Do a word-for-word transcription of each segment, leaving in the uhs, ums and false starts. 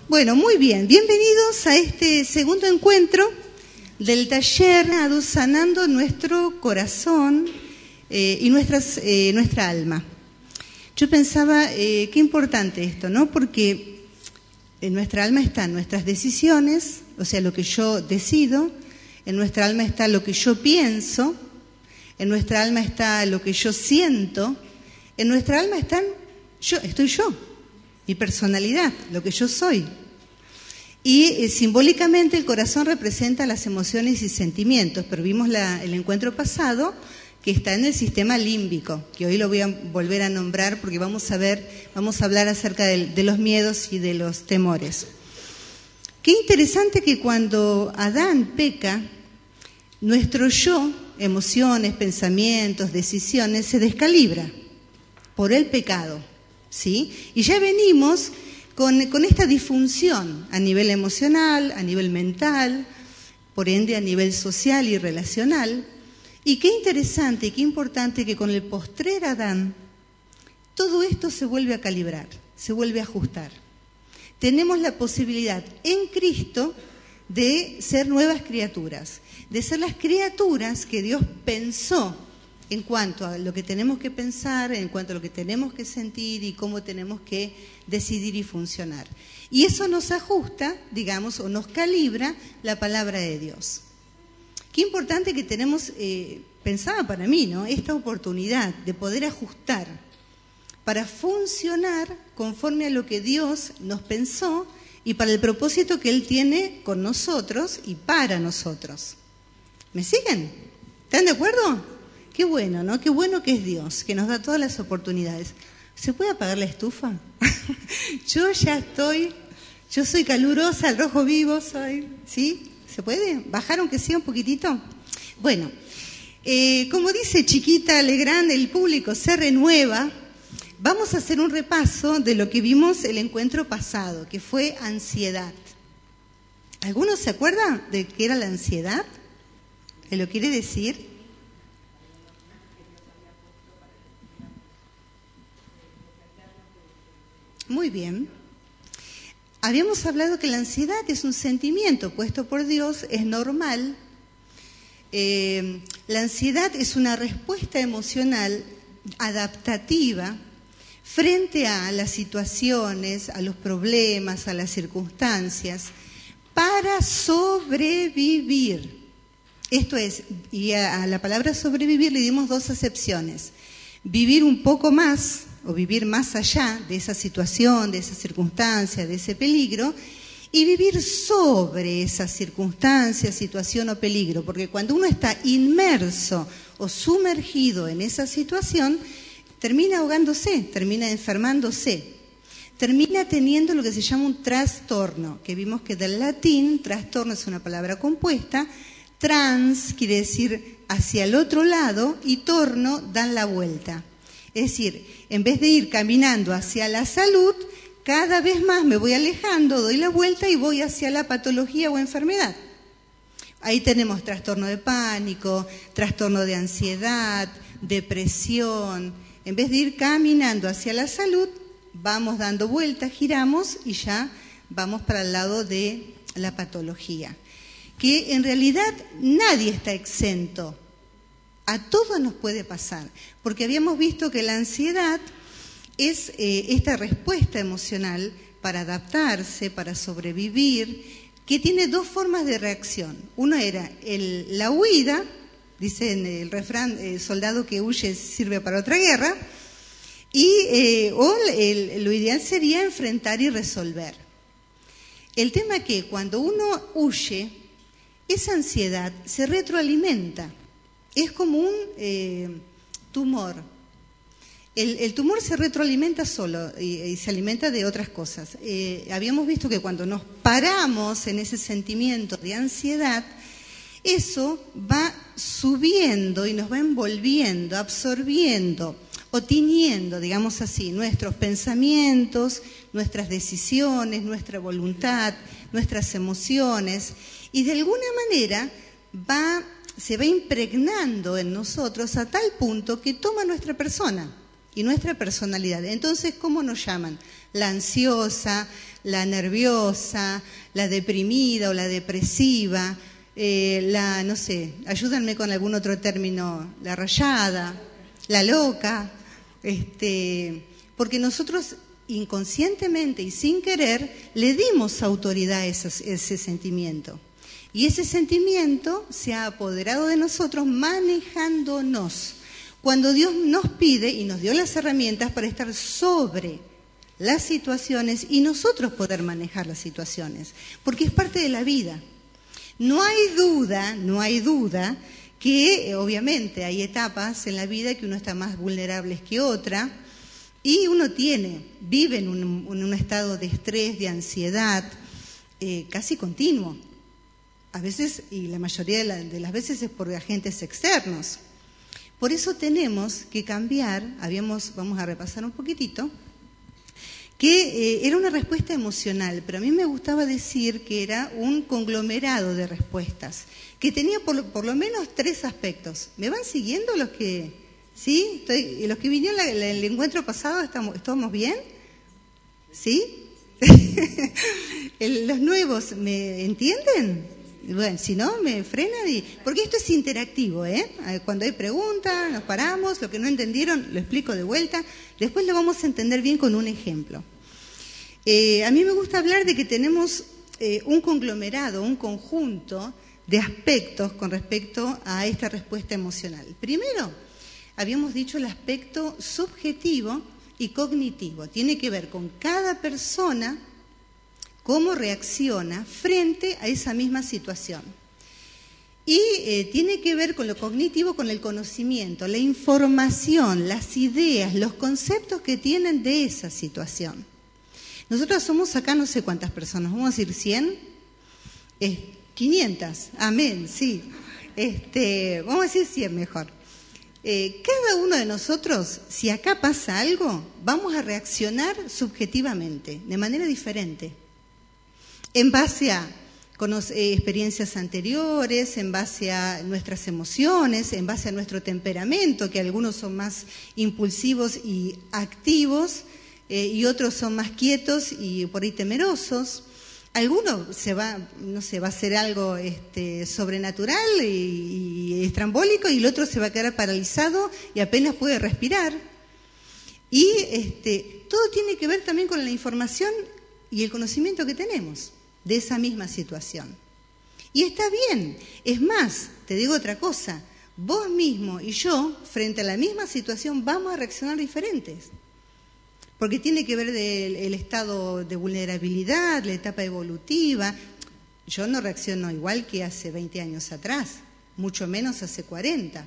Bueno, muy bien. Bienvenidos a este segundo encuentro del taller Sanando nuestro corazón eh, y nuestras, eh, nuestra alma. Yo pensaba, eh, qué importante esto, ¿no? Porque en nuestra alma están nuestras decisiones, o sea, lo que yo decido, en nuestra alma está lo que yo pienso, en nuestra alma está lo que yo siento, en nuestra alma están, yo, estoy yo, mi personalidad, lo que yo soy. Y eh, simbólicamente el corazón representa las emociones y sentimientos, pero vimos la, el encuentro pasado que está en el sistema límbico, que hoy lo voy a volver a nombrar porque vamos a ver, vamos a hablar acerca de, de los miedos y de los temores. Qué interesante que cuando Adán peca, nuestro yo, emociones, pensamientos, decisiones, se descalibra por el pecado, ¿sí? Y ya venimos con, con esta disfunción a nivel emocional, a nivel mental, por ende a nivel social y relacional. Y qué interesante y qué importante que con el postrer Adán, todo esto se vuelve a calibrar, se vuelve a ajustar. Tenemos la posibilidad en Cristo de ser nuevas criaturas, de ser las criaturas que Dios pensó en cuanto a lo que tenemos que pensar, en cuanto a lo que tenemos que sentir y cómo tenemos que decidir y funcionar. Y eso nos ajusta, digamos, o nos calibra la palabra de Dios. Qué importante que tenemos, eh, pensaba para mí, ¿no?, esta oportunidad de poder ajustar para funcionar conforme a lo que Dios nos pensó y para el propósito que Él tiene con nosotros y para nosotros. ¿Me siguen? ¿Están de acuerdo? Qué bueno, ¿no? Qué bueno que es Dios, que nos da todas las oportunidades. ¿Se puede apagar la estufa? Yo ya estoy, yo soy calurosa, al rojo vivo soy, ¿sí? ¿Se puede? ¿Bajar aunque sea un poquitito? Bueno, eh, como dice Chiquita Legrand, el público se renueva. Vamos a hacer un repaso de lo que vimos el encuentro pasado, que fue ansiedad. ¿Alguno se acuerda de qué era la ansiedad? ¿Qué lo quiere decir? Muy bien. Habíamos hablado que la ansiedad es un sentimiento puesto por Dios, es normal. Eh, la ansiedad es una respuesta emocional adaptativa frente a las situaciones, a los problemas, a las circunstancias, para sobrevivir. Esto es, y a, a la palabra sobrevivir le dimos dos acepciones. Vivir un poco más, o vivir más allá de esa situación, de esa circunstancia, de ese peligro, y vivir sobre esa circunstancia, situación o peligro, porque cuando uno está inmerso o sumergido en esa situación, termina ahogándose, termina enfermándose, termina teniendo lo que se llama un trastorno, que vimos que del latín, trastorno es una palabra compuesta, trans quiere decir hacia el otro lado y torno dan la vuelta. Es decir, en vez de ir caminando hacia la salud, cada vez más me voy alejando, doy la vuelta y voy hacia la patología o enfermedad. Ahí tenemos trastorno de pánico, trastorno de ansiedad, depresión. En vez de ir caminando hacia la salud, vamos dando vueltas, giramos y ya vamos para el lado de la patología. Que en realidad nadie está exento. A todos nos puede pasar, porque habíamos visto que la ansiedad es eh, esta respuesta emocional para adaptarse, para sobrevivir, que tiene dos formas de reacción. Una era el, la huida, dice en el refrán, el soldado que huye sirve para otra guerra, y eh, o el, lo ideal sería enfrentar y resolver. El tema es que cuando uno huye, esa ansiedad se retroalimenta. Es como un eh, tumor. El, el tumor se retroalimenta solo y, y se alimenta de otras cosas. Eh, habíamos visto que cuando nos paramos en ese sentimiento de ansiedad, eso va subiendo y nos va envolviendo, absorbiendo o tiñendo, digamos así, nuestros pensamientos, nuestras decisiones, nuestra voluntad, nuestras emociones, y de alguna manera va... se va impregnando en nosotros a tal punto que toma nuestra persona y nuestra personalidad. Entonces, ¿cómo nos llaman? La ansiosa, la nerviosa, la deprimida o la depresiva, eh, la, no sé, ayúdenme con algún otro término, la rayada, la loca, este, porque nosotros inconscientemente y sin querer le dimos autoridad a ese, ese sentimiento. Y ese sentimiento se ha apoderado de nosotros manejándonos. Cuando Dios nos pide y nos dio las herramientas para estar sobre las situaciones y nosotros poder manejar las situaciones, porque es parte de la vida. No hay duda, no hay duda que obviamente hay etapas en la vida que uno está más vulnerable que otra y uno tiene, vive en un, en un estado de estrés, de ansiedad eh, casi continuo. A veces, y la mayoría de, la, de las veces es por agentes externos. Por eso tenemos que cambiar, habíamos, vamos a repasar un poquitito, que eh, era una respuesta emocional, pero a mí me gustaba decir que era un conglomerado de respuestas, que tenía por, por lo menos tres aspectos. ¿Me van siguiendo los que, sí? Estoy, los que vinieron en el encuentro pasado, ¿estamos, estamos bien? ¿Sí? Los nuevos, ¿me entienden? Bueno, si no, me frenan y... Porque esto es interactivo, ¿eh? Cuando hay preguntas, nos paramos, lo que no entendieron, lo explico de vuelta. Después lo vamos a entender bien con un ejemplo. Eh, a mí me gusta hablar de que tenemos eh, un conglomerado, un conjunto de aspectos con respecto a esta respuesta emocional. Primero, habíamos dicho el aspecto subjetivo y cognitivo. Tiene que ver con cada persona, cómo reacciona frente a esa misma situación. Y eh, tiene que ver con lo cognitivo, con el conocimiento, la información, las ideas, los conceptos que tienen de esa situación. Nosotros somos acá no sé cuántas personas, vamos a decir cien, eh, quinientas, amén, sí. Este, vamos a decir cien mejor. Eh, cada uno de nosotros, si acá pasa algo, vamos a reaccionar subjetivamente, de manera diferente. En base a eh, experiencias anteriores, en base a nuestras emociones, en base a nuestro temperamento, que algunos son más impulsivos y activos eh, y otros son más quietos y por ahí temerosos. Alguno se va, no sé, va a hacer algo este, sobrenatural y, y estrambólico y el otro se va a quedar paralizado y apenas puede respirar. Y este, todo tiene que ver también con la información y el conocimiento que tenemos de esa misma situación. Y está bien, es más, te digo otra cosa, vos mismo y yo, frente a la misma situación, vamos a reaccionar diferentes. Porque tiene que ver del el estado de vulnerabilidad, la etapa evolutiva. Yo no reacciono igual que hace veinte años atrás, mucho menos hace cuarenta.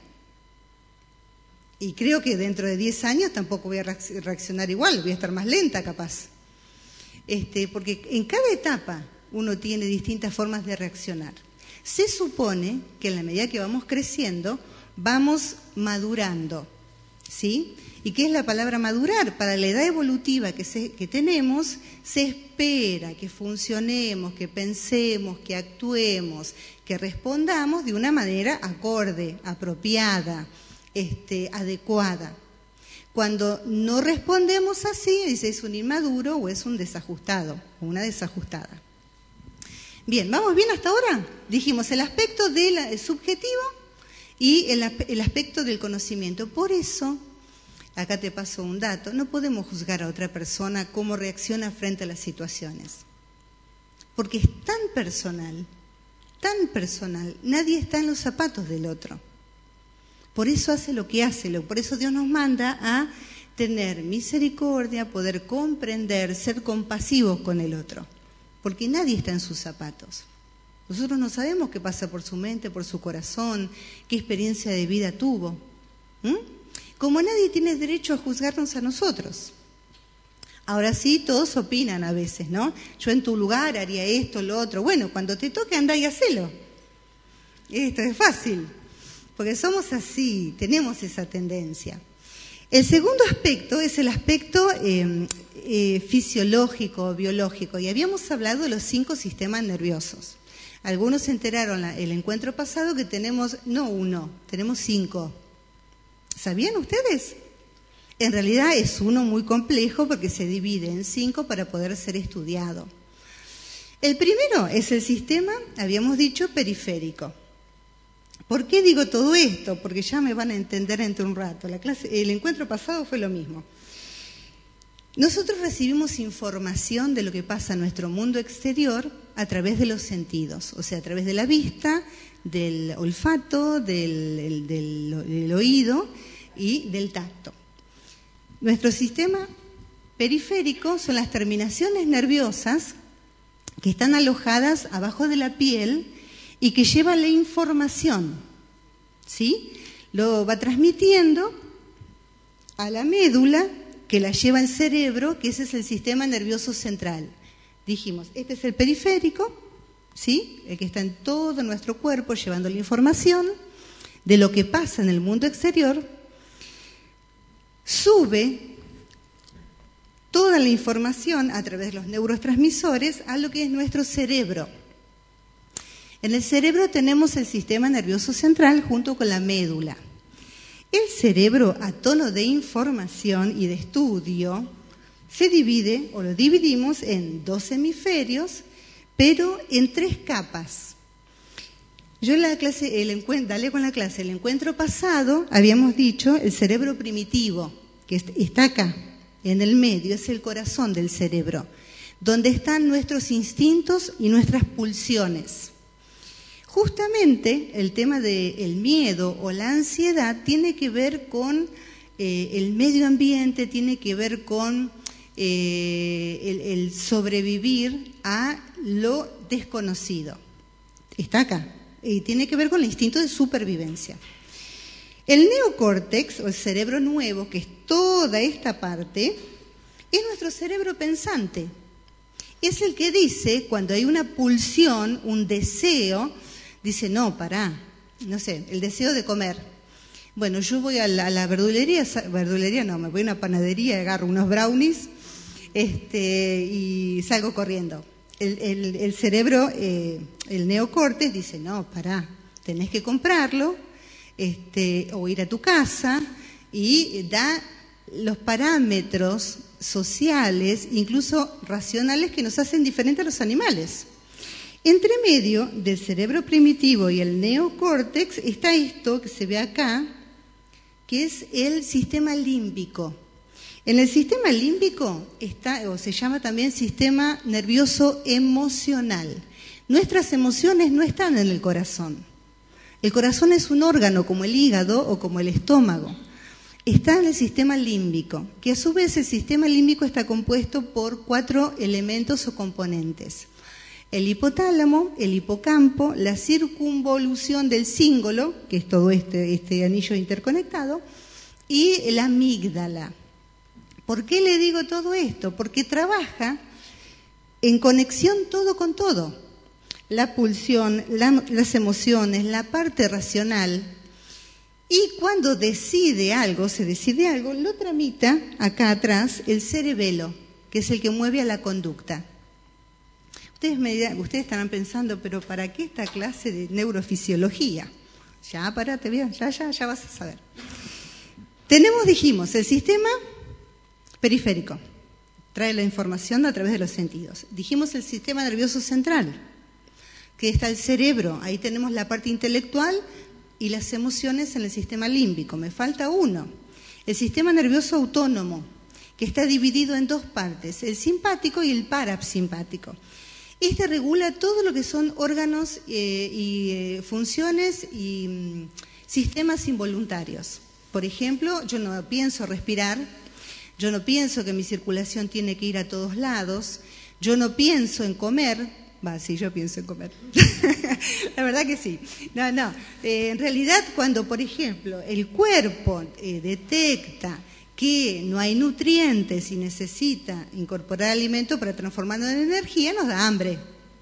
Y creo que dentro de diez años tampoco voy a reaccionar igual, voy a estar más lenta capaz. Este, porque en cada etapa uno tiene distintas formas de reaccionar. Se supone que en la medida que vamos creciendo, vamos madurando, ¿sí? ¿Y qué es la palabra madurar? Para la edad evolutiva que, se, que tenemos, se espera que funcionemos, que pensemos, que actuemos, que respondamos de una manera acorde, apropiada, este, adecuada. Cuando no respondemos así, dice, es un inmaduro o es un desajustado, o una desajustada. Bien, ¿vamos bien hasta ahora? Dijimos el aspecto del subjetivo y el, el aspecto del conocimiento. Por eso, acá te paso un dato, no podemos juzgar a otra persona cómo reacciona frente a las situaciones. Porque es tan personal, tan personal, nadie está en los zapatos del otro. Por eso hace lo que hace, por eso Dios nos manda a tener misericordia, poder comprender, ser compasivos con el otro. Porque nadie está en sus zapatos. Nosotros no sabemos qué pasa por su mente, por su corazón, qué experiencia de vida tuvo. ¿Mm? Como nadie tiene derecho a juzgarnos a nosotros. Ahora sí, todos opinan a veces, ¿no? Yo en tu lugar haría esto, lo otro. Bueno, cuando te toque, andá y hacelo. Esto es fácil, porque somos así, tenemos esa tendencia. El segundo aspecto es el aspecto eh, eh, fisiológico, biológico, y habíamos hablado de los cinco sistemas nerviosos. Algunos se enteraron la, el encuentro pasado que tenemos, no uno, tenemos cinco. ¿Sabían ustedes? En realidad es uno muy complejo porque se divide en cinco para poder ser estudiado. El primero es el sistema, habíamos dicho, periférico. ¿Por qué digo todo esto? Porque ya me van a entender dentro de un rato. La clase, el encuentro pasado fue lo mismo. Nosotros recibimos información de lo que pasa en nuestro mundo exterior a través de los sentidos, o sea, a través de la vista, del olfato, del, del, del oído y del tacto. Nuestro sistema periférico son las terminaciones nerviosas que están alojadas abajo de la piel y que llevan la información, ¿sí? Lo va transmitiendo a la médula, que la lleva el cerebro, que ese es el sistema nervioso central. Dijimos, este es el periférico, ¿sí? El que está en todo nuestro cuerpo llevando la información de lo que pasa en el mundo exterior. Sube toda la información a través de los neurotransmisores a lo que es nuestro cerebro. En el cerebro tenemos el sistema nervioso central junto con la médula. El cerebro, a tono de información y de estudio, se divide, o lo dividimos, en dos hemisferios, pero en tres capas. Yo en la clase, el encuentro, dale con la clase, el encuentro pasado habíamos dicho el cerebro primitivo, que está acá, en el medio, es el corazón del cerebro, donde están nuestros instintos y nuestras pulsiones. Justamente el tema del miedo o la ansiedad tiene que ver con eh, el medio ambiente, tiene que ver con eh, el, el sobrevivir a lo desconocido. Está acá. Y tiene que ver con el instinto de supervivencia. El neocórtex, o el cerebro nuevo, que es toda esta parte, es nuestro cerebro pensante. Es el que dice, cuando hay una pulsión, un deseo, dice, no, pará, no sé, el deseo de comer. Bueno, yo voy a la, a la verdulería, verdulería no, me voy a una panadería, agarro unos brownies este, y salgo corriendo. El, el, el cerebro, eh, el neocórtex dice, no, pará, tenés que comprarlo, este, o ir a tu casa, y da los parámetros sociales, incluso racionales, que nos hacen diferentes a los animales. Entre medio del cerebro primitivo y el neocórtex está esto que se ve acá, que es el sistema límbico. En el sistema límbico está, o se llama también sistema nervioso emocional. Nuestras emociones no están en el corazón. El corazón es un órgano como el hígado o como el estómago. Está en el sistema límbico, que a su vez el sistema límbico está compuesto por cuatro elementos o componentes. El hipotálamo, el hipocampo, la circunvolución del cíngulo, que es todo este, este anillo interconectado, y la amígdala. ¿Por qué le digo todo esto? Porque trabaja en conexión todo con todo. La pulsión, la, las emociones, la parte racional. Y cuando decide algo, se decide algo, lo tramita acá atrás el cerebelo, que es el que mueve a la conducta. Ustedes, me dirán, ustedes estarán pensando, pero ¿para qué esta clase de neurofisiología? Ya, parate bien, ya, ya, ya vas a saber. Tenemos, dijimos, el sistema periférico, trae la información a través de los sentidos. Dijimos el sistema nervioso central, que está el cerebro, ahí tenemos la parte intelectual y las emociones en el sistema límbico. Me falta uno, el sistema nervioso autónomo, que está dividido en dos partes, el simpático y el parasimpático. Este regula todo lo que son órganos eh, y eh, funciones y mm, sistemas involuntarios. Por ejemplo, yo no pienso respirar, yo no pienso que mi circulación tiene que ir a todos lados, yo no pienso en comer, va, sí, yo pienso en comer, la verdad que sí. No, no, eh, en realidad cuando, por ejemplo, el cuerpo eh, detecta que no hay nutrientes y necesita incorporar alimento para transformarlo en energía, nos da hambre.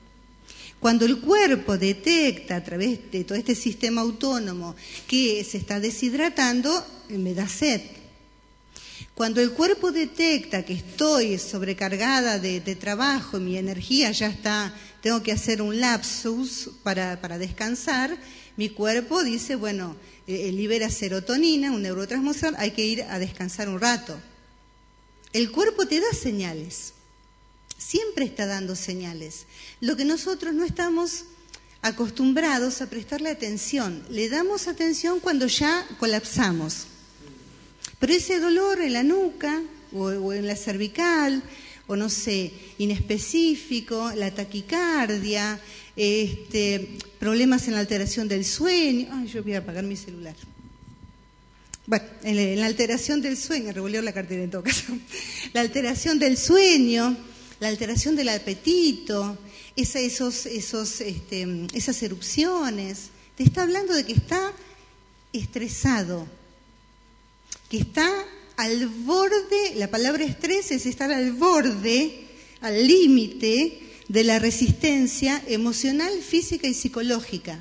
Cuando el cuerpo detecta a través de todo este sistema autónomo que se está deshidratando, me da sed. Cuando el cuerpo detecta que estoy sobrecargada de, de trabajo, mi energía ya está, tengo que hacer un lapsus para, para descansar, mi cuerpo dice, bueno, eh, libera serotonina, un neurotransmisor, hay que ir a descansar un rato. El cuerpo te da señales, siempre está dando señales. Lo que nosotros no estamos acostumbrados a prestarle atención, le damos atención cuando ya colapsamos. Pero ese dolor en la nuca o, o en la cervical, o no sé, inespecífico, la taquicardia, este, problemas en la alteración del sueño. Ay, yo voy a apagar mi celular. Bueno, en, en la alteración del sueño, revolvió la cartera en todo caso. La alteración del sueño, la alteración del apetito, esa, esos, esos, este, esas erupciones. Te está hablando de que está estresado, que está al borde, la palabra estrés es estar al borde, al límite de la resistencia emocional, física y psicológica.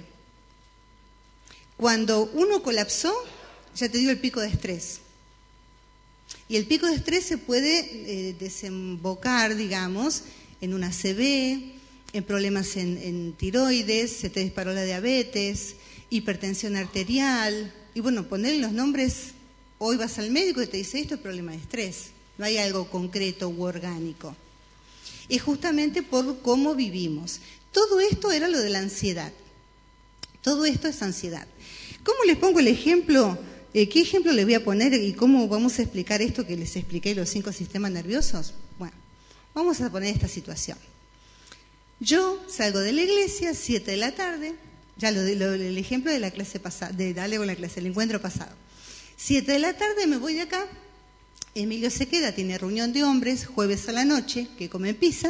Cuando uno colapsó, ya te digo el pico de estrés. Y el pico de estrés se puede eh, desembocar, digamos, en una A C V, en problemas en, en tiroides, se te disparó la diabetes, hipertensión arterial, y bueno, ponerle los nombres. Hoy vas al médico y te dice, esto es problema de estrés, no hay algo concreto u orgánico. Es justamente por cómo vivimos. Todo esto era lo de la ansiedad. Todo esto es ansiedad. ¿Cómo les pongo el ejemplo? Eh, ¿Qué ejemplo les voy a poner y cómo vamos a explicar esto que les expliqué, los cinco sistemas nerviosos? Bueno, vamos a poner esta situación. Yo salgo de la iglesia, siete de la tarde, ya lo, lo, el ejemplo de la clase pasada, de dale con la clase, el encuentro pasado. Siete de la tarde me voy de acá, Emilio se queda, tiene reunión de hombres, jueves a la noche, que comen pizza.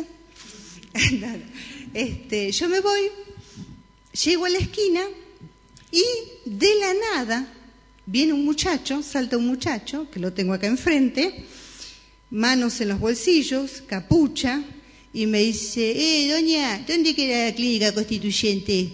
este, yo me voy, llego a la esquina y de la nada viene un muchacho, salta un muchacho, que lo tengo acá enfrente, manos en los bolsillos, capucha, y me dice, eh, doña, ¿dónde queda la clínica constituyente?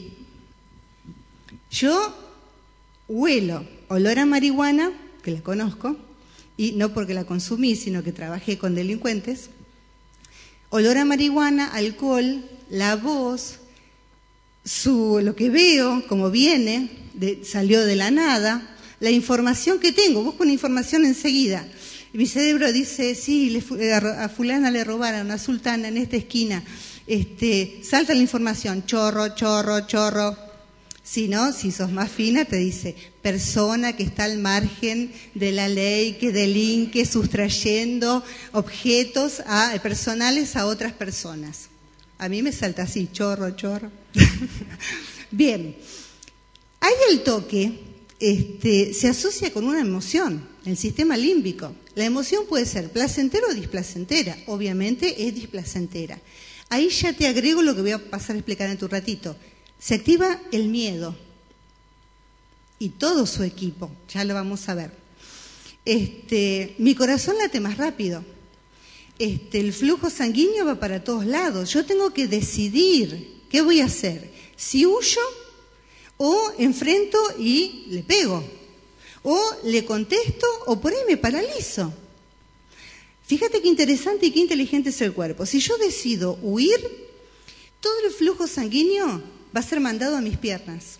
Yo huelo olor a marihuana, que la conozco, y no porque la consumí, sino que trabajé con delincuentes. Olor a marihuana, alcohol, la voz, su, lo que veo, como viene, de, salió de la nada, la información que tengo, busco una información enseguida. Y mi cerebro dice, sí, le, a fulana le robaron, a una sultana en esta esquina. Este, salta la información, chorro, chorro, chorro. Si no, si sos más fina, te dice, persona que está al margen de la ley, que delinque sustrayendo objetos a, personales a otras personas. A mí me salta así, chorro, chorro. Bien, ahí el toque este, se asocia con una emoción, el sistema límbico. La emoción puede ser placentera o displacentera, obviamente es displacentera. Ahí ya te agrego lo que voy a pasar a explicar en tu ratito. Se activa el miedo y todo su equipo, ya lo vamos a ver. Este, mi corazón late más rápido, este, el flujo sanguíneo va para todos lados. Yo tengo que decidir qué voy a hacer, si huyo o enfrento y le pego, o le contesto o por ahí me paralizo. Fíjate qué interesante y qué inteligente es el cuerpo. Si yo decido huir, todo el flujo sanguíneo va a ser mandado a mis piernas.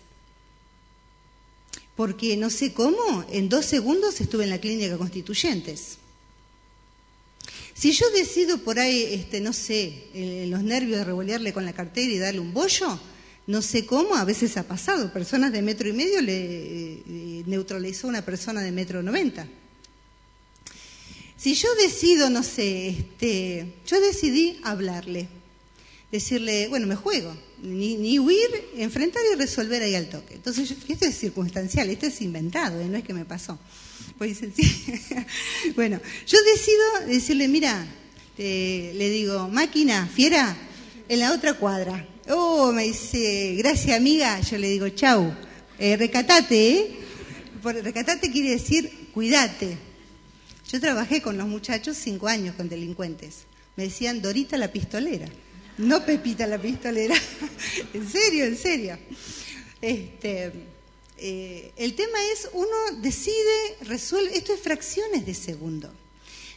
Porque no sé cómo, en dos segundos estuve en la clínica Constituyentes. Si yo decido por ahí, este, no sé, eh, los nervios de revolearle con la cartera y darle un bollo, no sé cómo, a veces ha pasado. Personas de metro y medio le eh, neutralizó a una persona de metro noventa. Si yo decido, no sé, este, yo decidí hablarle, decirle, bueno, me juego. Ni, ni huir, enfrentar y resolver ahí al toque. Entonces, yo, esto es circunstancial, esto es inventado, ¿eh? No es que me pasó. Pues dicen, sí. Bueno, yo decido decirle, mira, eh, le digo, máquina, fiera, en la otra cuadra. Oh, me dice, gracias amiga, yo le digo, chau, eh, recatate, ¿eh? Por recatate quiere decir, cuídate. Yo trabajé con los muchachos cinco años con delincuentes. Me decían, Dorita la pistolera. No Pepita la pistolera, en serio, en serio. Este, eh, el tema es, uno decide, resuelve, esto es fracciones de segundo.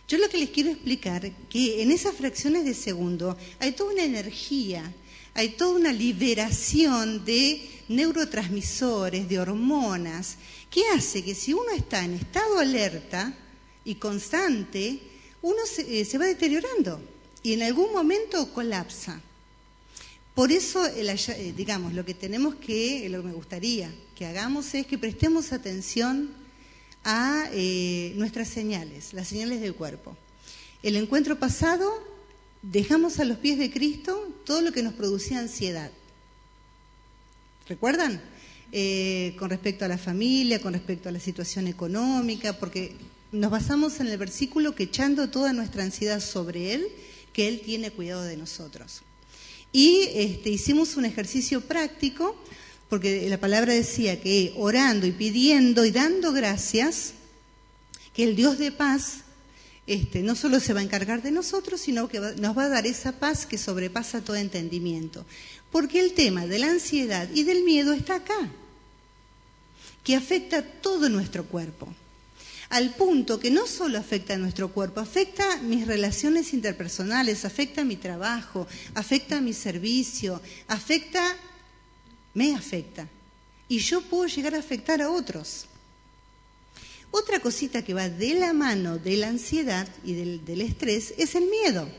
Yo lo que les quiero explicar, que en esas fracciones de segundo hay toda una energía, hay toda una liberación de neurotransmisores, de hormonas, que hace que si uno está en estado alerta y constante, uno se, eh, se va deteriorando y en algún momento colapsa. Por eso, el, eh, digamos, lo que tenemos que, lo que me gustaría que hagamos es que prestemos atención a eh, nuestras señales, las señales del cuerpo. El encuentro pasado dejamos a los pies de Cristo todo lo que nos producía ansiedad. ¿Recuerdan? Eh, con respecto a la familia, con respecto a la situación económica, porque nos basamos en el versículo que echando toda nuestra ansiedad sobre Él, que Él tiene cuidado de nosotros. Y este, hicimos un ejercicio práctico, porque la palabra decía que orando y pidiendo y dando gracias, que el Dios de paz este, no solo se va a encargar de nosotros, sino que va, nos va a dar esa paz que sobrepasa todo entendimiento. Porque el tema de la ansiedad y del miedo está acá, que afecta todo nuestro cuerpo. Al punto que no solo afecta a nuestro cuerpo, afecta mis relaciones interpersonales, afecta mi trabajo, afecta mi servicio, afecta, me afecta. Y yo puedo llegar a afectar a otros. Otra cosita que va de la mano de la ansiedad y del, del estrés es el miedo.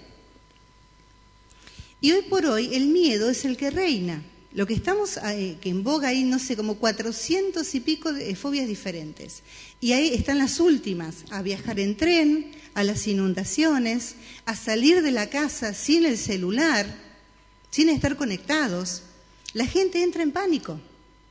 Y hoy por hoy el miedo es el que reina. Lo que estamos, eh, que en boga hay, no sé, como cuatrocientos y pico de fobias diferentes. Y ahí están las últimas, a viajar en tren, a las inundaciones, a salir de la casa sin el celular, sin estar conectados. La gente entra en pánico.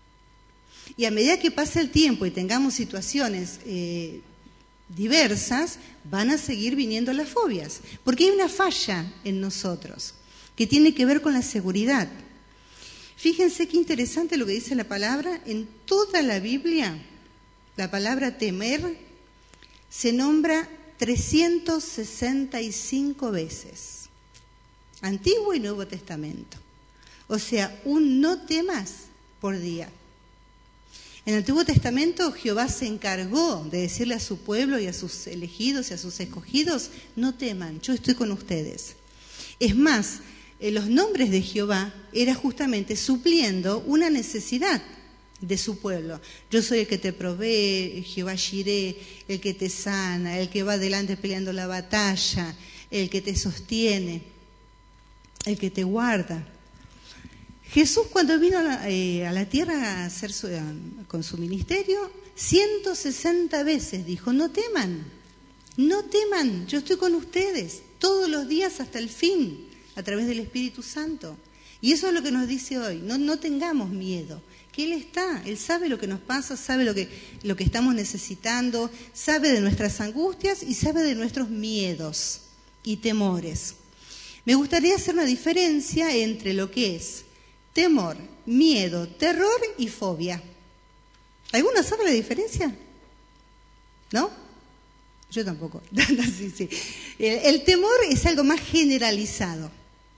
Y a medida que pasa el tiempo y tengamos situaciones eh, diversas, van a seguir viniendo las fobias. Porque hay una falla en nosotros que tiene que ver con la seguridad. Fíjense qué interesante lo que dice la palabra. En toda la Biblia, la palabra temer se nombra trescientas sesenta y cinco veces. Antiguo y Nuevo Testamento. O sea, un no temas por día. En el Antiguo Testamento Jehová se encargó de decirle a su pueblo y a sus elegidos y a sus escogidos, no teman, yo estoy con ustedes. Es más, eh, los nombres de Jehová era justamente supliendo una necesidad de su pueblo. Yo soy el que te provee, Jehová Jireh, el que te sana, el que va adelante peleando la batalla, el que te sostiene, el que te guarda. Jesús cuando vino a la, eh, a la tierra a hacer su, a, con su ministerio, ciento sesenta veces dijo, no teman, no teman, yo estoy con ustedes todos los días hasta el fin, a través del Espíritu Santo. Y eso es lo que nos dice hoy, no, no tengamos miedo, que Él está, Él sabe lo que nos pasa, sabe lo que, lo que estamos necesitando, sabe de nuestras angustias y sabe de nuestros miedos y temores. Me gustaría hacer una diferencia entre lo que es temor, miedo, terror y fobia. ¿Alguno sabe la diferencia? ¿No? Yo tampoco. sí, sí. El, el temor es algo más generalizado.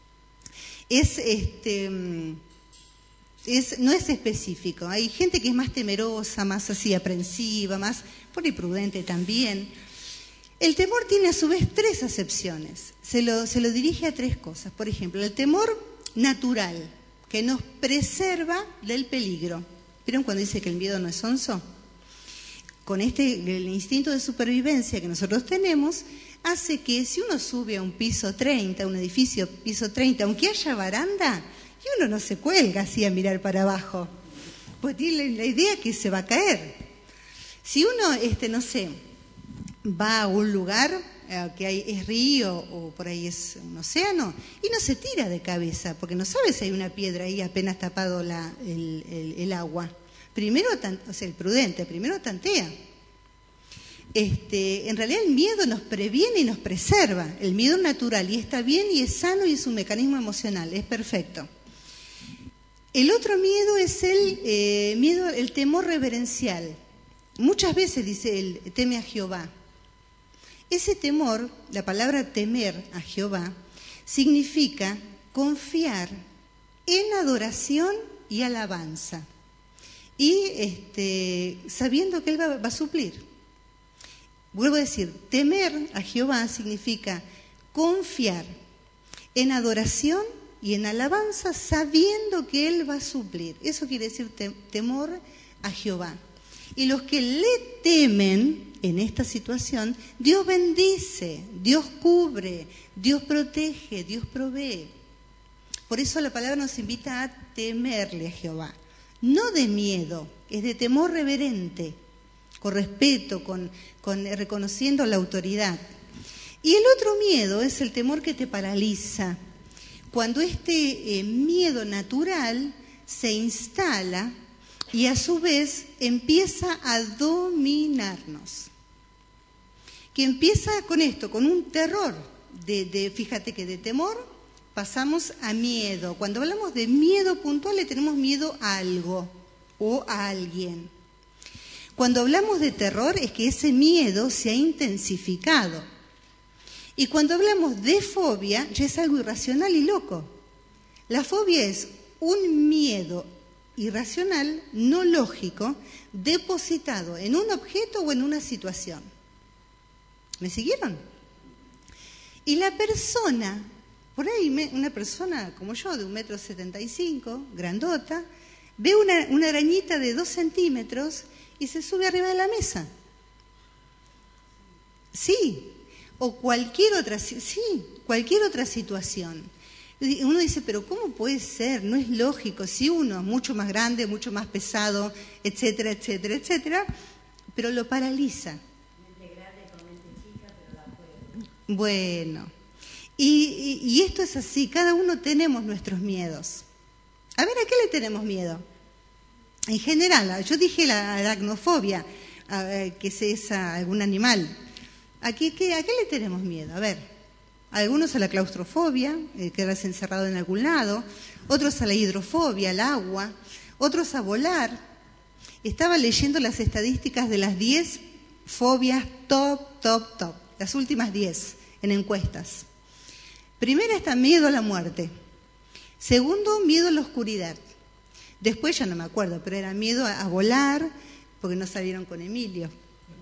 Es, este, es, no es específico. Hay gente que es más temerosa, más así aprensiva, más por ahí prudente también. El temor tiene a su vez tres acepciones. Se lo, se lo dirige a tres cosas. Por ejemplo, el temor natural, que nos preserva del peligro. ¿Vieron cuando dice que el miedo no es onzo? Con este, el instinto de supervivencia que nosotros tenemos, hace que si uno sube a un piso treinta, un edificio piso treinta, aunque haya baranda, y uno no se cuelga así a mirar para abajo, pues tiene la idea que se va a caer. Si uno, este, no sé, va a un lugar que hay, es río o por ahí es un océano, y no se tira de cabeza, porque no sabe si hay una piedra ahí apenas tapado la, el, el, el agua. Primero, o sea, el prudente, primero tantea. Este, en realidad el miedo nos previene y nos preserva, el miedo natural, y está bien y es sano y es un mecanismo emocional, es perfecto. El otro miedo es el eh, miedo, el temor reverencial. Muchas veces dice él, teme a Jehová. Ese temor, la palabra temer a Jehová, significa confiar en adoración y alabanza. Y este, sabiendo que Él va, va a suplir. Vuelvo a decir, temer a Jehová significa confiar en adoración y en alabanza sabiendo que Él va a suplir. Eso quiere decir te- temor a Jehová. Y los que le temen en esta situación, Dios bendice, Dios cubre, Dios protege, Dios provee. Por eso la palabra nos invita a temerle a Jehová. No de miedo, es de temor reverente, con respeto, con, con reconociendo la autoridad. Y el otro miedo es el temor que te paraliza. Cuando este eh, miedo natural se instala y a su vez empieza a dominarnos. Que empieza con esto, con un terror. De, de, fíjate que de temor pasamos a miedo. Cuando hablamos de miedo puntual le tenemos miedo a algo o a alguien. Cuando hablamos de terror es que ese miedo se ha intensificado. Y cuando hablamos de fobia ya es algo irracional y loco. La fobia es un miedo irracional, no lógico, depositado en un objeto o en una situación. ¿Me siguieron? Y la persona, por ahí una persona como yo, de un metro setenta y cinco, grandota, ve una, una arañita de dos centímetros y se sube arriba de la mesa. Sí, o cualquier otra, sí, cualquier otra situación. Uno dice, pero ¿cómo puede ser? No es lógico. Si uno es mucho más grande, mucho más pesado, etcétera, etcétera, etcétera, pero lo paraliza. Mente grande con mente chica, pero la puede. Bueno, y, y, y esto es así, cada uno tenemos nuestros miedos. A ver, ¿a qué le tenemos miedo? En general, yo dije la aracnofobia, que es a algún animal. ¿A qué, qué, ¿A qué le tenemos miedo? A ver, algunos a la claustrofobia, eh, quedarse encerrado en algún lado, otros a la hidrofobia, al agua, otros a volar. Estaba leyendo las estadísticas de las diez fobias top, top, top, las últimas diez en encuestas. Primera está miedo a la muerte. Segundo, miedo a la oscuridad. Después ya no me acuerdo, pero era miedo a, a volar, porque no salieron con Emilio.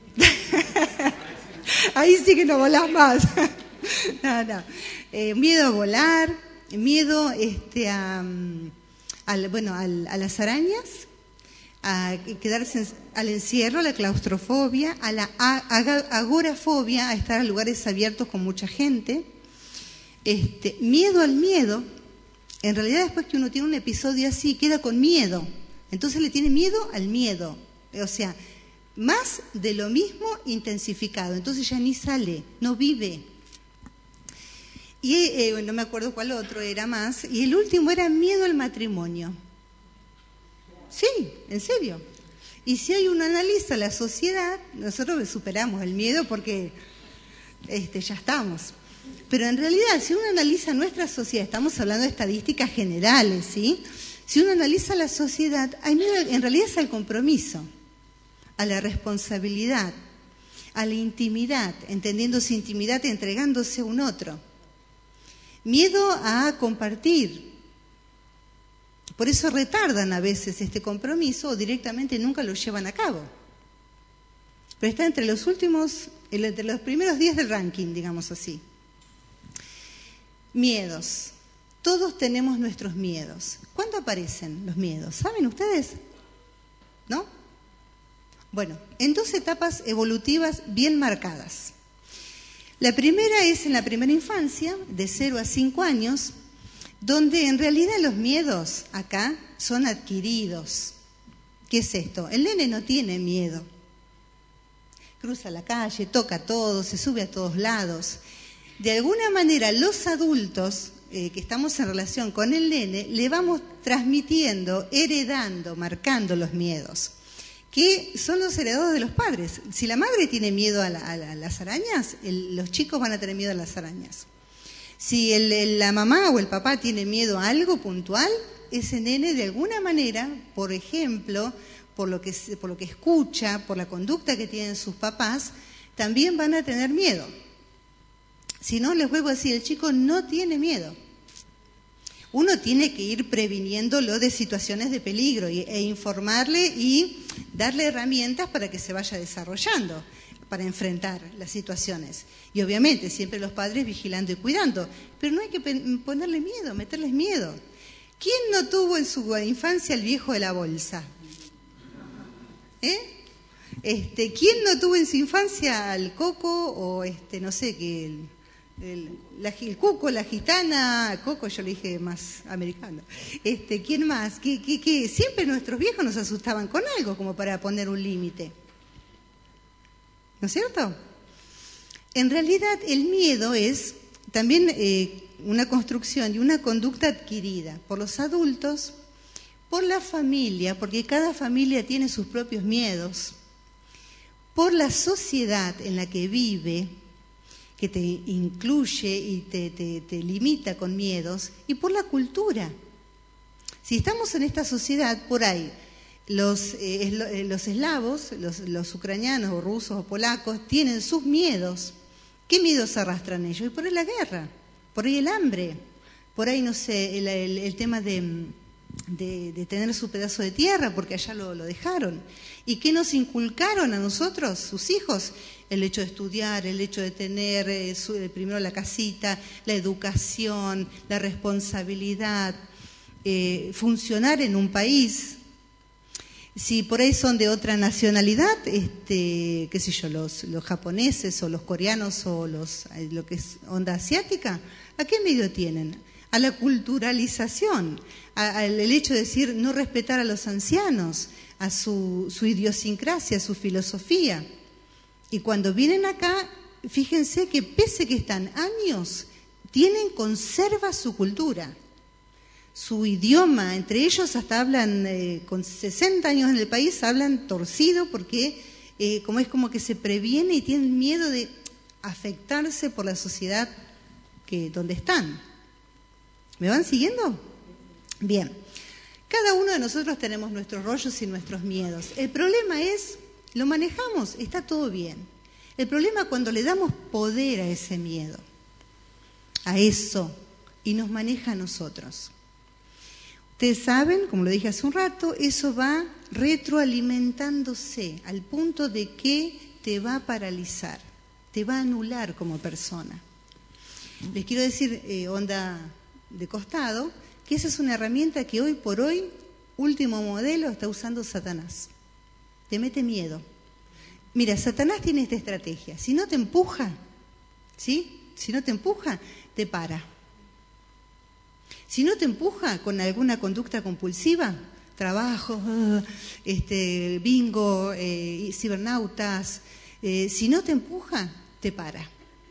Ahí sí que no volás más. no, no. Eh, miedo a volar, miedo este, a, a, bueno, a, a las arañas, a quedarse en, al encierro, a la claustrofobia, a la a, a, agorafobia, a estar en lugares abiertos con mucha gente. Este, miedo al miedo. En realidad, después que uno tiene un episodio así, queda con miedo. Entonces le tiene miedo al miedo. O sea, más de lo mismo intensificado. Entonces ya ni sale, no vive. Y eh, no me acuerdo cuál otro era más. Y el último era miedo al matrimonio. Sí, en serio. Y si hoy uno analiza la sociedad, nosotros superamos el miedo porque este, ya estamos. Pero en realidad, si uno analiza nuestra sociedad, estamos hablando de estadísticas generales, ¿sí? Si uno analiza la sociedad, hay miedo, en realidad es al compromiso, a la responsabilidad, a la intimidad, entendiéndose intimidad y entregándose a un otro. Miedo a compartir. Por eso retardan a veces este compromiso o directamente nunca lo llevan a cabo. Pero está entre los últimos, entre los primeros días del ranking, digamos así. Miedos. Todos tenemos nuestros miedos. ¿Cuándo aparecen los miedos? ¿Saben ustedes? ¿No? Bueno, en dos etapas evolutivas bien marcadas. La primera es en la primera infancia, de cero a cinco años, donde en realidad los miedos acá son adquiridos. ¿Qué es esto? El nene no tiene miedo. Cruza la calle, toca todo, se sube a todos lados. De alguna manera los adultos eh, que estamos en relación con el nene le vamos transmitiendo, heredando, marcando los miedos, que son los heredados de los padres. Si la madre tiene miedo a, la, a, la, a las arañas, el, los chicos van a tener miedo a las arañas. Si el, el, la mamá o el papá tiene miedo a algo puntual, ese nene de alguna manera, por ejemplo, por lo que, por lo que escucha, por la conducta que tienen sus papás, también van a tener miedo. Si no, les vuelvo a decir, el chico no tiene miedo. Uno tiene que ir previniéndolo de situaciones de peligro y, e informarle y darle herramientas para que se vaya desarrollando. para enfrentar las situaciones. Y obviamente siempre los padres vigilando y cuidando, pero no hay que ponerle miedo, meterles miedo. ¿Quién no tuvo en su infancia el viejo de la bolsa? ¿Eh? Este, ¿quién no tuvo en su infancia al coco o este, no sé qué, el, el, la, el cuco, la gitana, coco yo le dije más americano. Este, ¿quién más? Que, que, que siempre nuestros viejos nos asustaban con algo como para poner un límite. ¿No es cierto? En realidad el miedo es también eh, una construcción y una conducta adquirida por los adultos, por la familia, porque cada familia tiene sus propios miedos, por la sociedad en la que vive, que te incluye y te, te, te limita con miedos, y por la cultura. Si estamos en esta sociedad, por ahí, los, eh, los eslavos, los, los ucranianos o rusos o polacos, tienen sus miedos. ¿Qué miedos arrastran ellos? Y por ahí la guerra, por ahí el hambre, por ahí, no sé, el, el, el tema de, de, de tener su pedazo de tierra, porque allá lo, lo dejaron. ¿Y qué nos inculcaron a nosotros, sus hijos? El hecho de estudiar, el hecho de tener eh, su, eh, primero la casita, la educación, la responsabilidad, eh, funcionar en un país. Si por ahí son de otra nacionalidad, este, qué sé yo, los, los japoneses o los coreanos o los, lo que es onda asiática, ¿a qué medio tienen? A la culturalización, al hecho de decir no respetar a los ancianos, a su, su idiosincrasia, a su filosofía. Y cuando vienen acá, fíjense que pese que están años, tienen, conserva su cultura, su idioma. Entre ellos hasta hablan, eh, con sesenta años en el país, hablan torcido porque eh, como es como que se previene y tienen miedo de afectarse por la sociedad que, donde están. ¿Me van siguiendo? Bien. Cada uno de nosotros tenemos nuestros rollos y nuestros miedos. El problema es, lo manejamos, está todo bien. El problema es cuando le damos poder a ese miedo, a eso, y nos maneja a nosotros. Ustedes saben, como lo dije hace un rato, eso va retroalimentándose al punto de que te va a paralizar, te va a anular como persona. Les quiero decir, eh, onda de costado, que esa es una herramienta que hoy por hoy, último modelo, está usando Satanás. Te mete miedo. Mira, Satanás tiene esta estrategia. Si no te empuja, ¿sí? Si no te empuja, te para. Si no te empuja con alguna conducta compulsiva, trabajo, este, bingo, eh, cibernautas, eh, si no te empuja, te para.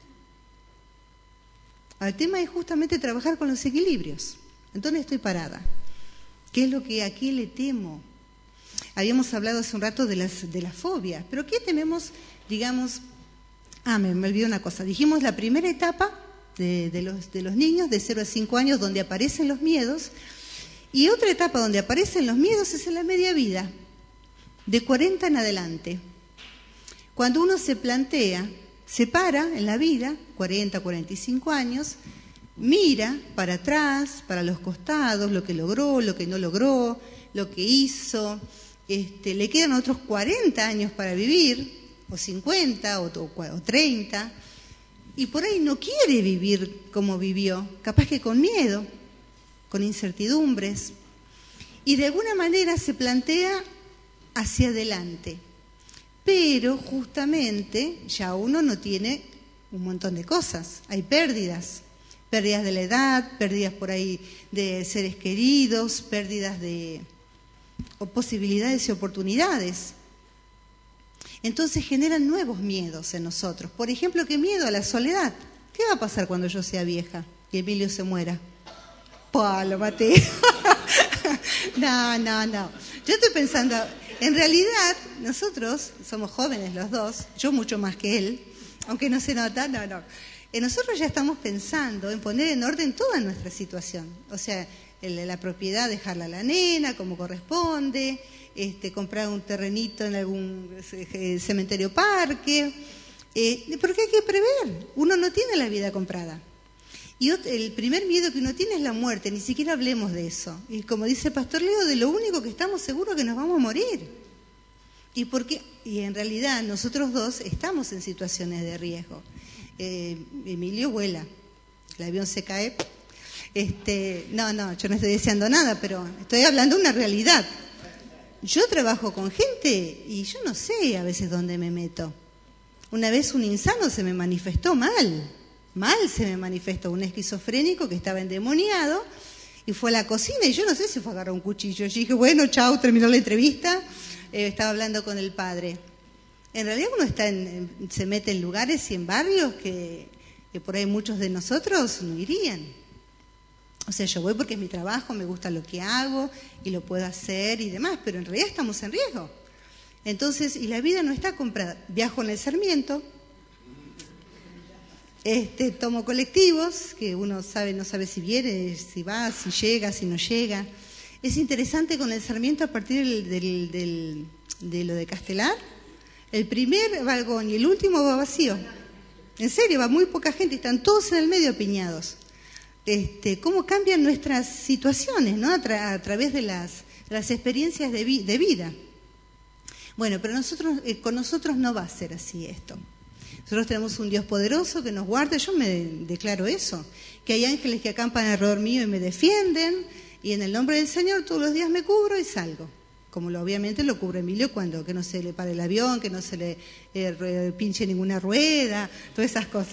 El tema es justamente trabajar con los equilibrios. Entonces estoy parada. ¿Qué es lo que aquí le temo? Habíamos hablado hace un rato de las, de las fobias, pero ¿qué tenemos, digamos? Ah, me, me olvidé una cosa. Dijimos la primera etapa de, de, los, de los niños de cero a cinco años donde aparecen los miedos, y otra etapa donde aparecen los miedos es en la media vida, de cuarenta en adelante. Cuando uno se plantea, se para en la vida, cuarenta, cuarenta y cinco años, mira para atrás, para los costados, lo que logró, lo que no logró, lo que hizo. Este, le quedan otros cuarenta años para vivir, o cincuenta, o, o, o treinta, y por ahí no quiere vivir como vivió, capaz que con miedo, con incertidumbres, y de alguna manera se plantea hacia adelante. Pero justamente ya uno no tiene un montón de cosas, hay pérdidas. Pérdidas de la edad, pérdidas por ahí de seres queridos, pérdidas de o posibilidades y oportunidades. Entonces generan nuevos miedos en nosotros. Por ejemplo, ¿qué miedo a la soledad? ¿Qué va a pasar cuando yo sea vieja y Emilio se muera? ¡Pah, lo maté! No, no, no. Yo estoy pensando, en realidad nosotros somos jóvenes los dos, yo mucho más que él, aunque no se nota, no, no. Nosotros ya estamos pensando en poner en orden toda nuestra situación, o sea, el, la propiedad, dejarla a la nena como corresponde, este, comprar un terrenito en algún cementerio parque, eh, porque hay que prever, uno no tiene la vida comprada. Y el primer miedo que uno tiene es la muerte, ni siquiera hablemos de eso. Y como dice el Pastor Leo, de lo único que estamos seguros es que nos vamos a morir. ¿Y por qué? Y en realidad nosotros dos estamos en situaciones de riesgo. Eh, Emilio vuela, el avión se cae. Este, no, no, yo no estoy deseando nada, pero estoy hablando de una realidad. Yo trabajo con gente y yo no sé a veces dónde me meto. Una vez un insano se me manifestó mal, mal se me manifestó, un esquizofrénico que estaba endemoniado y fue a la cocina y yo no sé si fue a agarrar un cuchillo. Yo dije, bueno, chao, terminó la entrevista. Eh, estaba hablando con el padre. En realidad uno está en, se mete en lugares y en barrios que, que por ahí muchos de nosotros no irían. O sea, yo voy porque es mi trabajo, me gusta lo que hago y lo puedo hacer y demás, pero en realidad estamos en riesgo. Entonces, y la vida no está comprada. Viajo en el Sarmiento, este, tomo colectivos, que uno sabe, no sabe si viene, si va, si llega, si no llega. Es interesante con el Sarmiento a partir del, del, del, de lo de Castelar, el primer vagón y el último va vacío. En serio, va muy poca gente, están todos en el medio apiñados. Este, cómo cambian nuestras situaciones, ¿no? A, tra a través de las, las experiencias de, vi de vida. Bueno, pero nosotros, eh, con nosotros no va a ser así esto. Nosotros tenemos un Dios poderoso que nos guarda, yo me declaro eso, que hay ángeles que acampan alrededor mío y me defienden, y en el nombre del Señor todos los días me cubro y salgo. Como lo, obviamente lo cubre Emilio cuando que no se le pare el avión, que no se le eh, pinche ninguna rueda, todas esas cosas.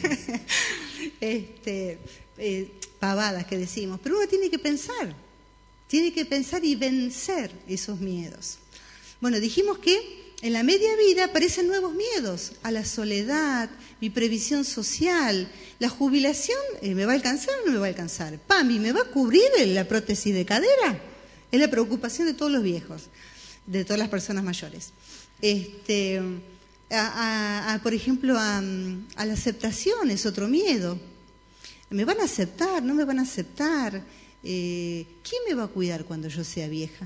este, eh, pavadas que decimos. Pero uno tiene que pensar, tiene que pensar y vencer esos miedos. Bueno, dijimos que en la media vida aparecen nuevos miedos, a la soledad, mi previsión social, la jubilación, eh, ¿me va a alcanzar o no me va a alcanzar? Pami, ¿me va a cubrir la prótesis de cadera? Es la preocupación de todos los viejos, de todas las personas mayores. Este, a, a, a, por ejemplo, a, a la aceptación es otro miedo. ¿Me van a aceptar? ¿No me van a aceptar? Eh, ¿Quién me va a cuidar cuando yo sea vieja?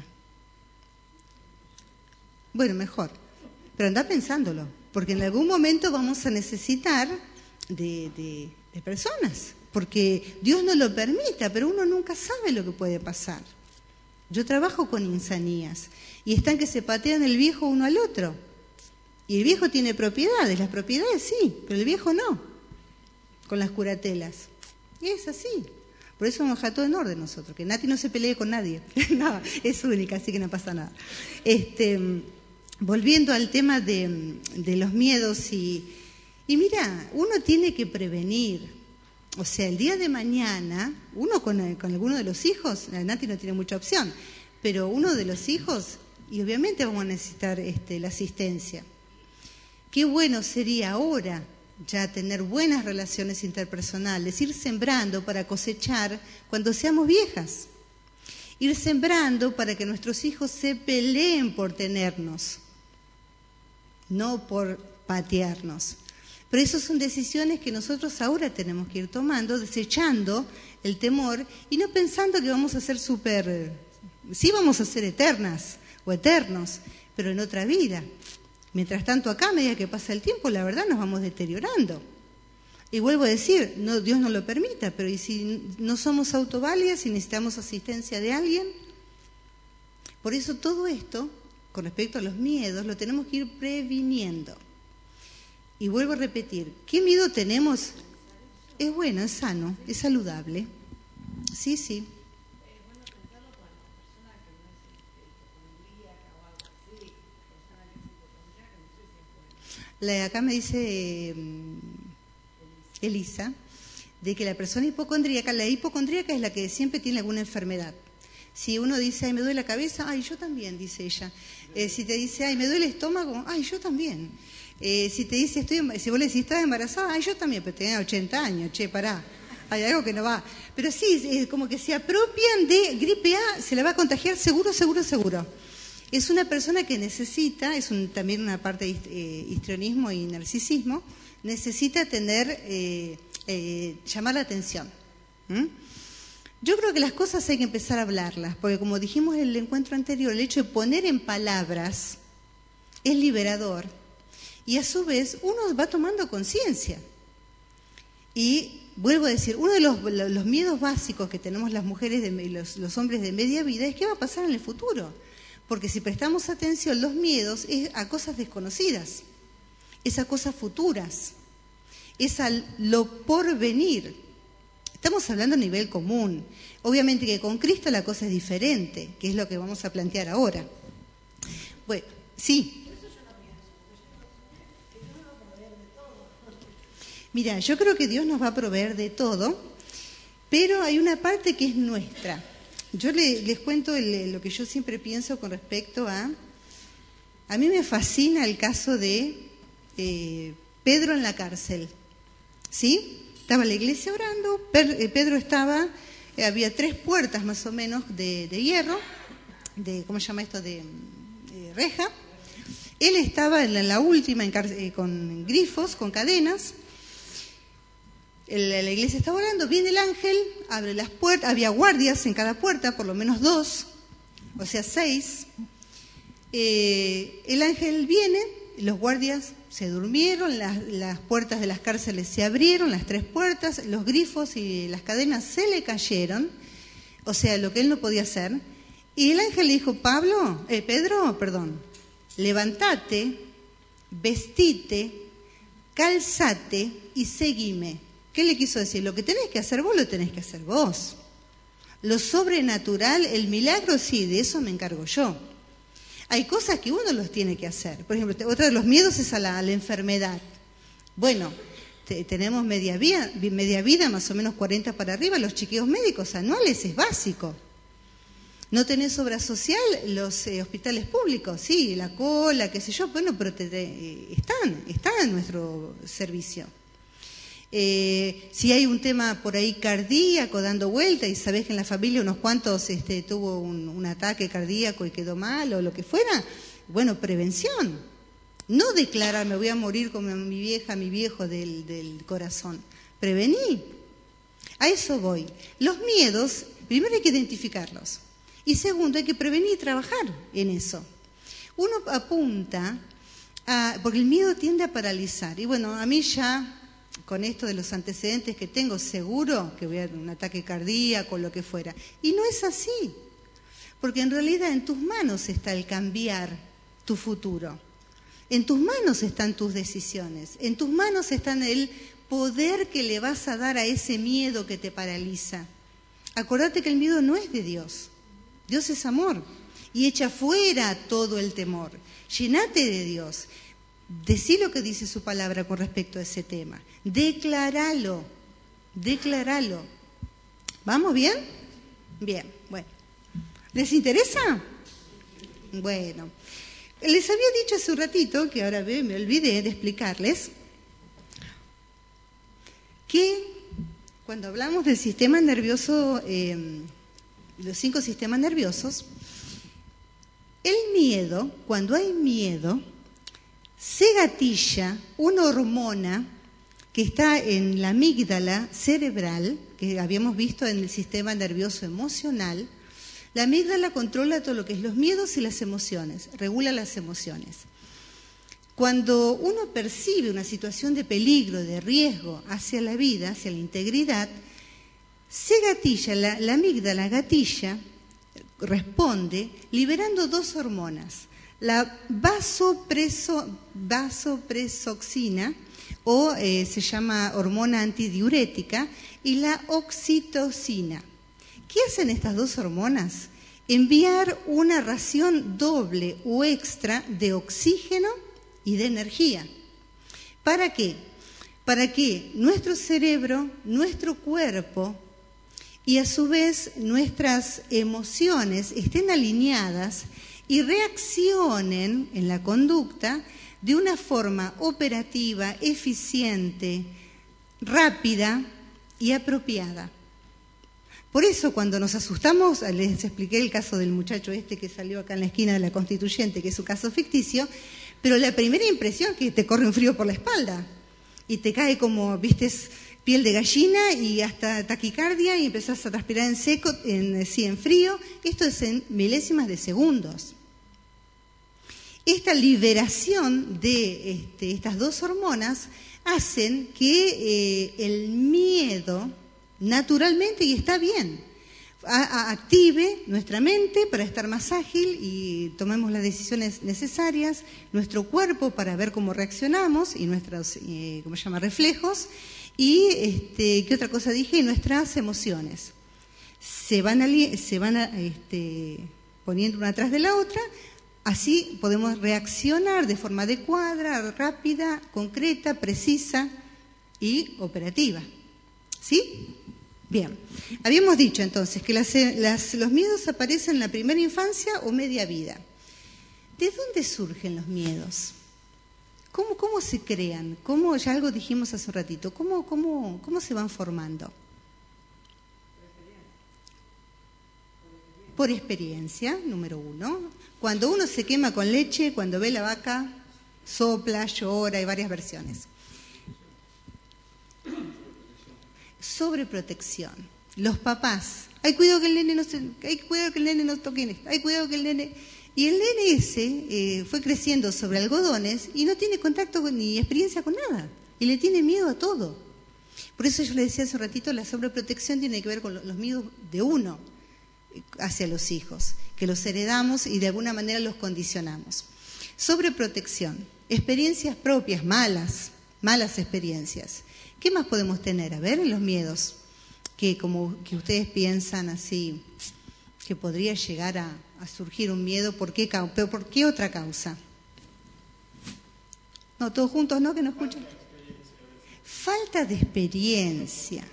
Bueno, mejor. Pero anda pensándolo, porque en algún momento vamos a necesitar de, de, de personas, porque Dios no lo permita, pero uno nunca sabe lo que puede pasar. Yo trabajo con insanías y están que se patean el viejo uno al otro. Y el viejo tiene propiedades, las propiedades sí, pero el viejo no, con las curatelas. Y es así. Por eso vamos a dejar todo en orden nosotros, que Nati no se pelee con nadie. No, es única, así que no pasa nada. Este... Volviendo al tema de, de los miedos y, y mira, uno tiene que prevenir, o sea, el día de mañana, uno con, con alguno de los hijos, Nati no tiene mucha opción, pero uno de los hijos, y obviamente vamos a necesitar este, la asistencia. Qué bueno sería ahora ya tener buenas relaciones interpersonales, ir sembrando para cosechar cuando seamos viejas, ir sembrando para que nuestros hijos se peleen por tenernos, no por patearnos. Pero esas son decisiones que nosotros ahora tenemos que ir tomando, desechando el temor y no pensando que vamos a ser súper, sí vamos a ser eternas o eternos, pero en otra vida. Mientras tanto acá, a medida que pasa el tiempo, la verdad nos vamos deteriorando. Y vuelvo a decir, no, Dios no lo permita, pero ¿y si no somos autoválidas y necesitamos asistencia de alguien? Por eso todo esto, con respecto a los miedos, lo tenemos que ir previniendo. Y vuelvo a repetir, ¿qué miedo tenemos? Es bueno, es sano, es saludable. Sí, sí. La, acá me dice eh, Elisa, de que la persona hipocondríaca, la hipocondríaca es la que siempre tiene alguna enfermedad. Si uno dice, ay, me duele la cabeza, ay, yo también, dice ella. Eh, si te dice, ay, me duele el estómago, ay, yo también. Eh, si te dice, estoy, si vos le decís, estás embarazada, ay, yo también, pero tenés ochenta años, che, pará, hay algo que no va. Pero sí, es como que se apropian de gripe A, se la va a contagiar seguro, seguro, seguro. Es una persona que necesita, es un, también una parte de eh, histrionismo y narcisismo, necesita tener, eh, eh, llamar la atención. ¿Mm? Yo creo que las cosas hay que empezar a hablarlas, porque como dijimos en el encuentro anterior, el hecho de poner en palabras es liberador y a su vez uno va tomando conciencia. Y vuelvo a decir, uno de los, los miedos básicos que tenemos las mujeres y los, los hombres de media vida es qué va a pasar en el futuro. Porque si prestamos atención, los miedos es a cosas desconocidas, es a cosas futuras, es a lo por venir. Estamos hablando a nivel común. Obviamente que con Cristo la cosa es diferente, que es lo que vamos a plantear ahora. Bueno, sí. Mira, yo creo que Dios nos va a proveer de todo, pero hay una parte que es nuestra. Yo le, les cuento el, lo que yo siempre pienso con respecto a... A mí me fascina el caso de eh, Pedro en la cárcel, ¿sí? Estaba la iglesia orando, Pedro estaba, eh, había tres puertas más o menos de, de hierro, de, ¿cómo se llama esto? De, de reja. Él estaba en la, en la última en cárcel, eh, con grifos, con cadenas. El, la iglesia estaba orando, viene el ángel, abre las puertas, había guardias en cada puerta, por lo menos dos, o sea, seis. Eh, el ángel viene, los guardias se durmieron, las, las puertas de las cárceles se abrieron, las tres puertas, los grifos y las cadenas se le cayeron, o sea, lo que él no podía hacer. Y el ángel le dijo, Pablo, eh, Pedro, perdón, levántate, vestite, calzate y seguime. ¿Qué le quiso decir? Lo que tenés que hacer vos, lo tenés que hacer vos. Lo sobrenatural, el milagro, sí, de eso me encargo yo. Hay cosas que uno los tiene que hacer. Por ejemplo, otro de los miedos es a la, a la enfermedad. Bueno, te, tenemos media vida, media vida, más o menos cuarenta para arriba, los chequeos médicos anuales es básico. ¿No tenés obra social? Los eh, hospitales públicos, sí, la cola, qué sé yo, bueno, pero te, te, están, están en nuestro servicio. Eh, si hay un tema por ahí cardíaco dando vuelta y sabés que en la familia unos cuantos este, tuvo un, un ataque cardíaco y quedó mal o lo que fuera, bueno, prevención. No declarar me voy a morir como mi vieja, mi viejo del, del corazón. Prevení. A eso voy. Los miedos, primero hay que identificarlos. Y segundo, hay que prevenir y trabajar en eso. Uno apunta, a, porque el miedo tiende a paralizar. Y bueno, a mí ya... con esto de los antecedentes que tengo, seguro que voy a tener un ataque cardíaco o lo que fuera. Y no es así, porque en realidad en tus manos está el cambiar tu futuro. En tus manos están tus decisiones, en tus manos está el poder que le vas a dar a ese miedo que te paraliza. Acordate que el miedo no es de Dios, Dios es amor y echa fuera todo el temor. Llénate de Dios. Decí lo que dice su palabra con respecto a ese tema. Declaralo, declaralo. ¿Vamos bien? Bien, bueno. ¿Les interesa? Bueno. Les había dicho hace un ratito, que ahora me olvidé de explicarles, que cuando hablamos del sistema nervioso, eh, los cinco sistemas nerviosos, el miedo, cuando hay miedo, se gatilla una hormona que está en la amígdala cerebral, que habíamos visto en el sistema nervioso emocional. La amígdala controla todo lo que es los miedos y las emociones, regula las emociones. Cuando uno percibe una situación de peligro, de riesgo hacia la vida, hacia la integridad, se gatilla, la, la amígdala gatilla, responde liberando dos hormonas. La vasopreso, vasopresoxina, o eh, se llama hormona antidiurética, y la oxitocina. ¿Qué hacen estas dos hormonas? Enviar una ración doble o extra de oxígeno y de energía. ¿Para qué? Para que nuestro cerebro, nuestro cuerpo y a su vez nuestras emociones estén alineadas y reaccionen en la conducta de una forma operativa, eficiente, rápida y apropiada. Por eso cuando nos asustamos, les expliqué el caso del muchacho este que salió acá en la esquina de la Constituyente, que es su caso ficticio, pero la primera impresión es que te corre un frío por la espalda y te cae como, viste, piel de gallina y hasta taquicardia y empezás a transpirar en seco, en, sí, en frío. Esto es en milésimas de segundos. Esta liberación de este, estas dos hormonas hacen que eh, el miedo, naturalmente, y está bien, a, a, active nuestra mente para estar más ágil y tomemos las decisiones necesarias, nuestro cuerpo para ver cómo reaccionamos y nuestros, eh, ¿cómo se llama?, reflejos, y, este, ¿qué otra cosa dije? Y nuestras emociones. Se van, a, se van a, este, poniendo una atrás de la otra, así podemos reaccionar de forma adecuada, rápida, concreta, precisa y operativa. ¿Sí? Bien. Habíamos dicho entonces que las, las, los miedos aparecen en la primera infancia o media vida. ¿De dónde surgen los miedos? ¿Cómo, cómo se crean? ¿Cómo, ya algo dijimos hace un ratito, ¿cómo, cómo, cómo se van formando? Por experiencia, número uno. Cuando uno se quema con leche, cuando ve la vaca, sopla, llora, hay varias versiones. Sobreprotección. Los papás, hay cuidado que el nene no se, hay cuidado que el nene no toque en esto, hay cuidado que el nene... Y el nene ese eh, fue creciendo sobre algodones y no tiene contacto con, ni experiencia con nada. Y le tiene miedo a todo. Por eso yo le decía hace un ratito, la sobreprotección tiene que ver con los miedos de uno hacia los hijos, que los heredamos y de alguna manera los condicionamos. Sobreprotección, experiencias propias, malas, malas experiencias. ¿Qué más podemos tener? A ver, en los miedos, que como que ustedes piensan así, que podría llegar a, a surgir un miedo, ¿por qué, pero ¿por qué otra causa? No, todos juntos, ¿no? Que no escuchan. Falta de experiencia.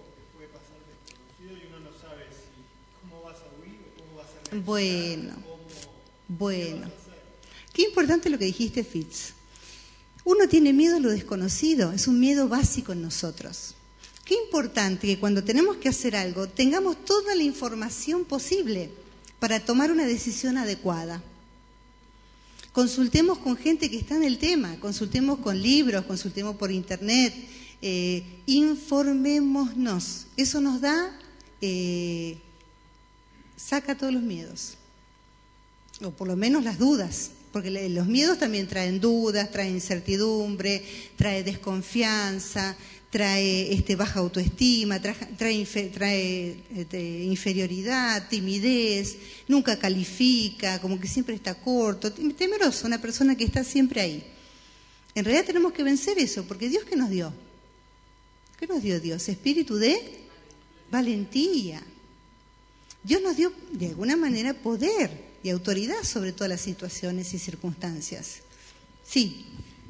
Bueno, bueno. Qué importante lo que dijiste, Fitz. Uno tiene miedo a lo desconocido, es un miedo básico en nosotros. Qué importante que cuando tenemos que hacer algo tengamos toda la información posible para tomar una decisión adecuada. Consultemos con gente que está en el tema, consultemos con libros, consultemos por internet, eh, informémonos. Eso nos da, eh, saca todos los miedos, o por lo menos las dudas. Porque los miedos también traen dudas, traen incertidumbre, trae desconfianza, trae este, baja autoestima, trae, trae, trae este, inferioridad, timidez, nunca califica, como que siempre está corto, temeroso, una persona que está siempre ahí. En realidad tenemos que vencer eso, porque Dios, ¿qué nos dio? ¿Qué nos dio Dios? Espíritu de valentía. Dios nos dio de alguna manera poder y autoridad sobre todas las situaciones y circunstancias. Sí.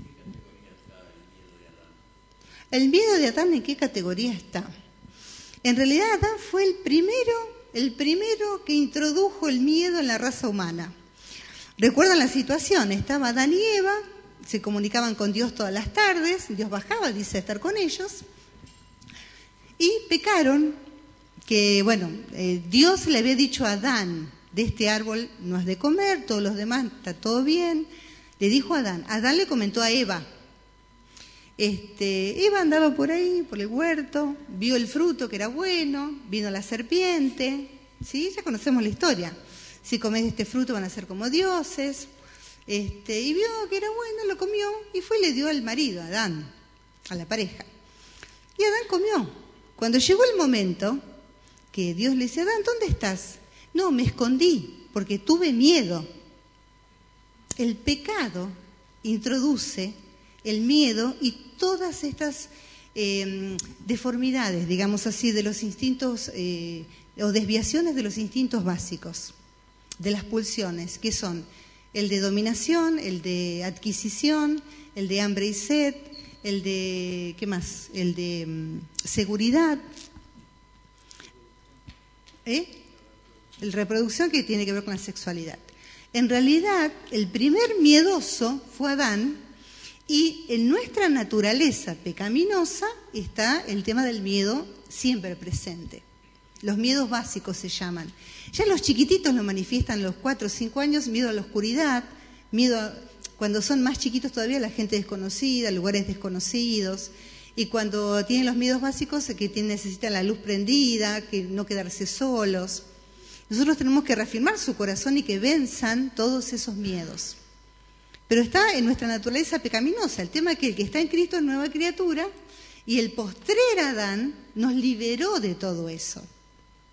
¿El miedo de Adán en qué categoría está? En realidad Adán fue el primero, el primero que introdujo el miedo en la raza humana. ¿Recuerdan la situación? Estaba Adán y Eva, se comunicaban con Dios todas las tardes, Dios bajaba, dice, a estar con ellos, y pecaron, que bueno, eh, Dios le había dicho a Adán, de este árbol no has de comer, todos los demás está todo bien. Le dijo a Adán, Adán le comentó a Eva. Este, Eva andaba por ahí, por el huerto, vio el fruto que era bueno, vino la serpiente, ¿sí? Ya conocemos la historia. Si comes este fruto van a ser como dioses. Este, y vio que era bueno, lo comió y fue y le dio al marido, a Adán, a la pareja. Y Adán comió. Cuando llegó el momento que Dios le dice, Adán, ¿dónde estás? No, me escondí porque tuve miedo. El pecado introduce el miedo y todas estas eh, deformidades, digamos así, de los instintos eh, o desviaciones de los instintos básicos, de las pulsiones, que son el de dominación, el de adquisición, el de hambre y sed, el de, ¿qué más? El de um, seguridad, ¿eh? El reproducción, que tiene que ver con la sexualidad. En realidad, el primer miedoso fue Adán, y en nuestra naturaleza pecaminosa está el tema del miedo siempre presente. Los miedos básicos se llaman. Ya los chiquititos lo manifiestan a los cuatro o cinco años, miedo a la oscuridad, miedo a, cuando son más chiquitos todavía, a la gente desconocida, lugares desconocidos. Y cuando tienen los miedos básicos, que tienen, necesitan la luz prendida, que no quedarse solos. Nosotros tenemos que reafirmar su corazón y que venzan todos esos miedos. Pero está en nuestra naturaleza pecaminosa. El tema es que el que está en Cristo es nueva criatura y el postrer Adán nos liberó de todo eso.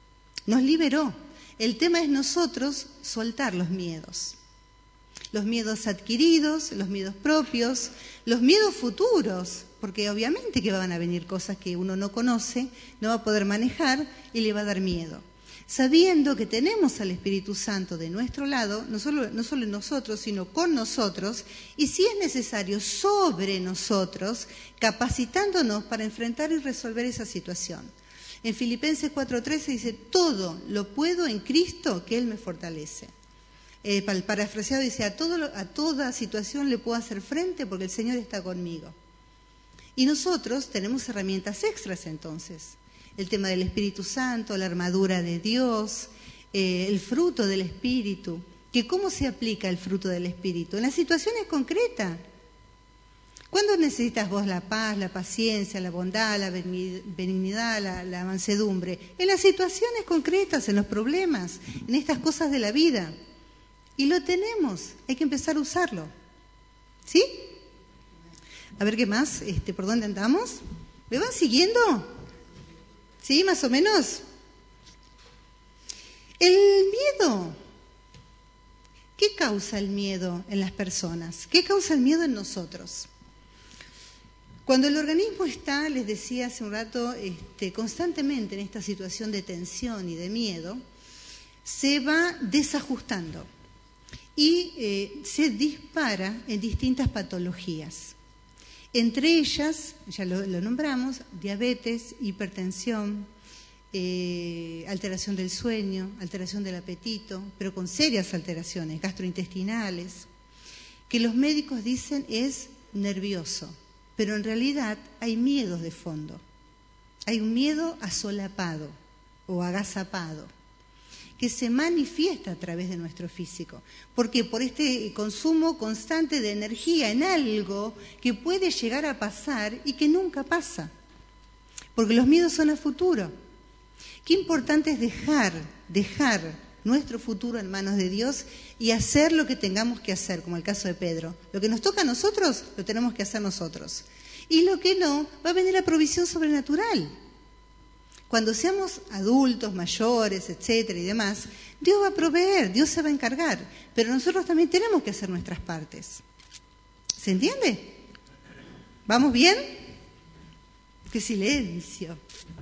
nos liberó. El tema es nosotros soltar los miedos. Los miedos adquiridos, los miedos propios, los miedos futuros, porque obviamente que van a venir cosas que uno no conoce, no va a poder manejar y le va a dar miedo. Sabiendo que tenemos al Espíritu Santo de nuestro lado, no solo, no solo en nosotros, sino con nosotros, y si es necesario, sobre nosotros, capacitándonos para enfrentar y resolver esa situación. En Filipenses cuatro trece dice, todo lo puedo en Cristo que Él me fortalece. Eh, el parafraseado dice, a, todo, a toda situación le puedo hacer frente porque el Señor está conmigo. Y nosotros tenemos herramientas extras entonces. El tema del Espíritu Santo, la armadura de Dios, eh, el fruto del Espíritu. Que ¿cómo se aplica el fruto del Espíritu? En las situaciones concretas. ¿Cuándo necesitas vos la paz, la paciencia, la bondad, la benignidad, la, la mansedumbre? En las situaciones concretas, en los problemas, en estas cosas de la vida. Y lo tenemos, hay que empezar a usarlo. ¿Sí? A ver qué más, este, ¿por dónde andamos? ¿Me van siguiendo? ¿Sí, más o menos? El miedo. ¿Qué causa el miedo en las personas? ¿Qué causa el miedo en nosotros? Cuando el organismo está, les decía hace un rato, este, constantemente en esta situación de tensión y de miedo, se va desajustando y eh, se dispara en distintas patologías. Entre ellas, ya lo, lo nombramos, diabetes, hipertensión, eh, alteración del sueño, alteración del apetito, pero con serias alteraciones gastrointestinales, que los médicos dicen es nervioso, pero en realidad hay miedos de fondo. Hay un miedo asolapado o agazapado, que se manifiesta a través de nuestro físico. ¿Por qué? Por este consumo constante de energía en algo que puede llegar a pasar y que nunca pasa. Porque los miedos son a futuro. Qué importante es dejar, dejar nuestro futuro en manos de Dios y hacer lo que tengamos que hacer, como el caso de Pedro. Lo que nos toca a nosotros, lo tenemos que hacer nosotros. Y lo que no, va a venir la provisión sobrenatural. Cuando seamos adultos, mayores, etcétera y demás, Dios va a proveer, Dios se va a encargar, pero nosotros también tenemos que hacer nuestras partes. ¿Se entiende? ¿Vamos bien? ¡Qué silencio!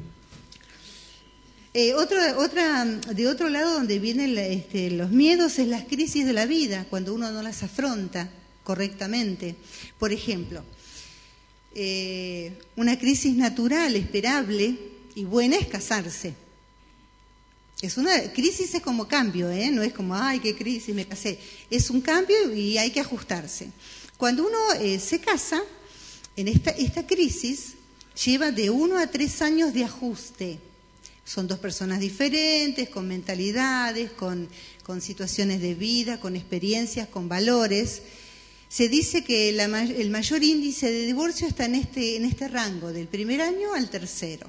Eh, otra, otra, de otro lado donde vienen este, los miedos es las crisis de la vida, cuando uno no las afronta correctamente. Por ejemplo, eh, una crisis natural, esperable, y buena es casarse. Es una crisis, es como cambio, ¿eh? No es como, ay, qué crisis, me casé. Es un cambio y hay que ajustarse. Cuando uno eh, se casa, en esta, esta crisis lleva de uno a tres años de ajuste. Son dos personas diferentes, con mentalidades, con, con situaciones de vida, con experiencias, con valores. Se dice que la, el mayor índice de divorcio está en este, en este rango, del primer año al tercero.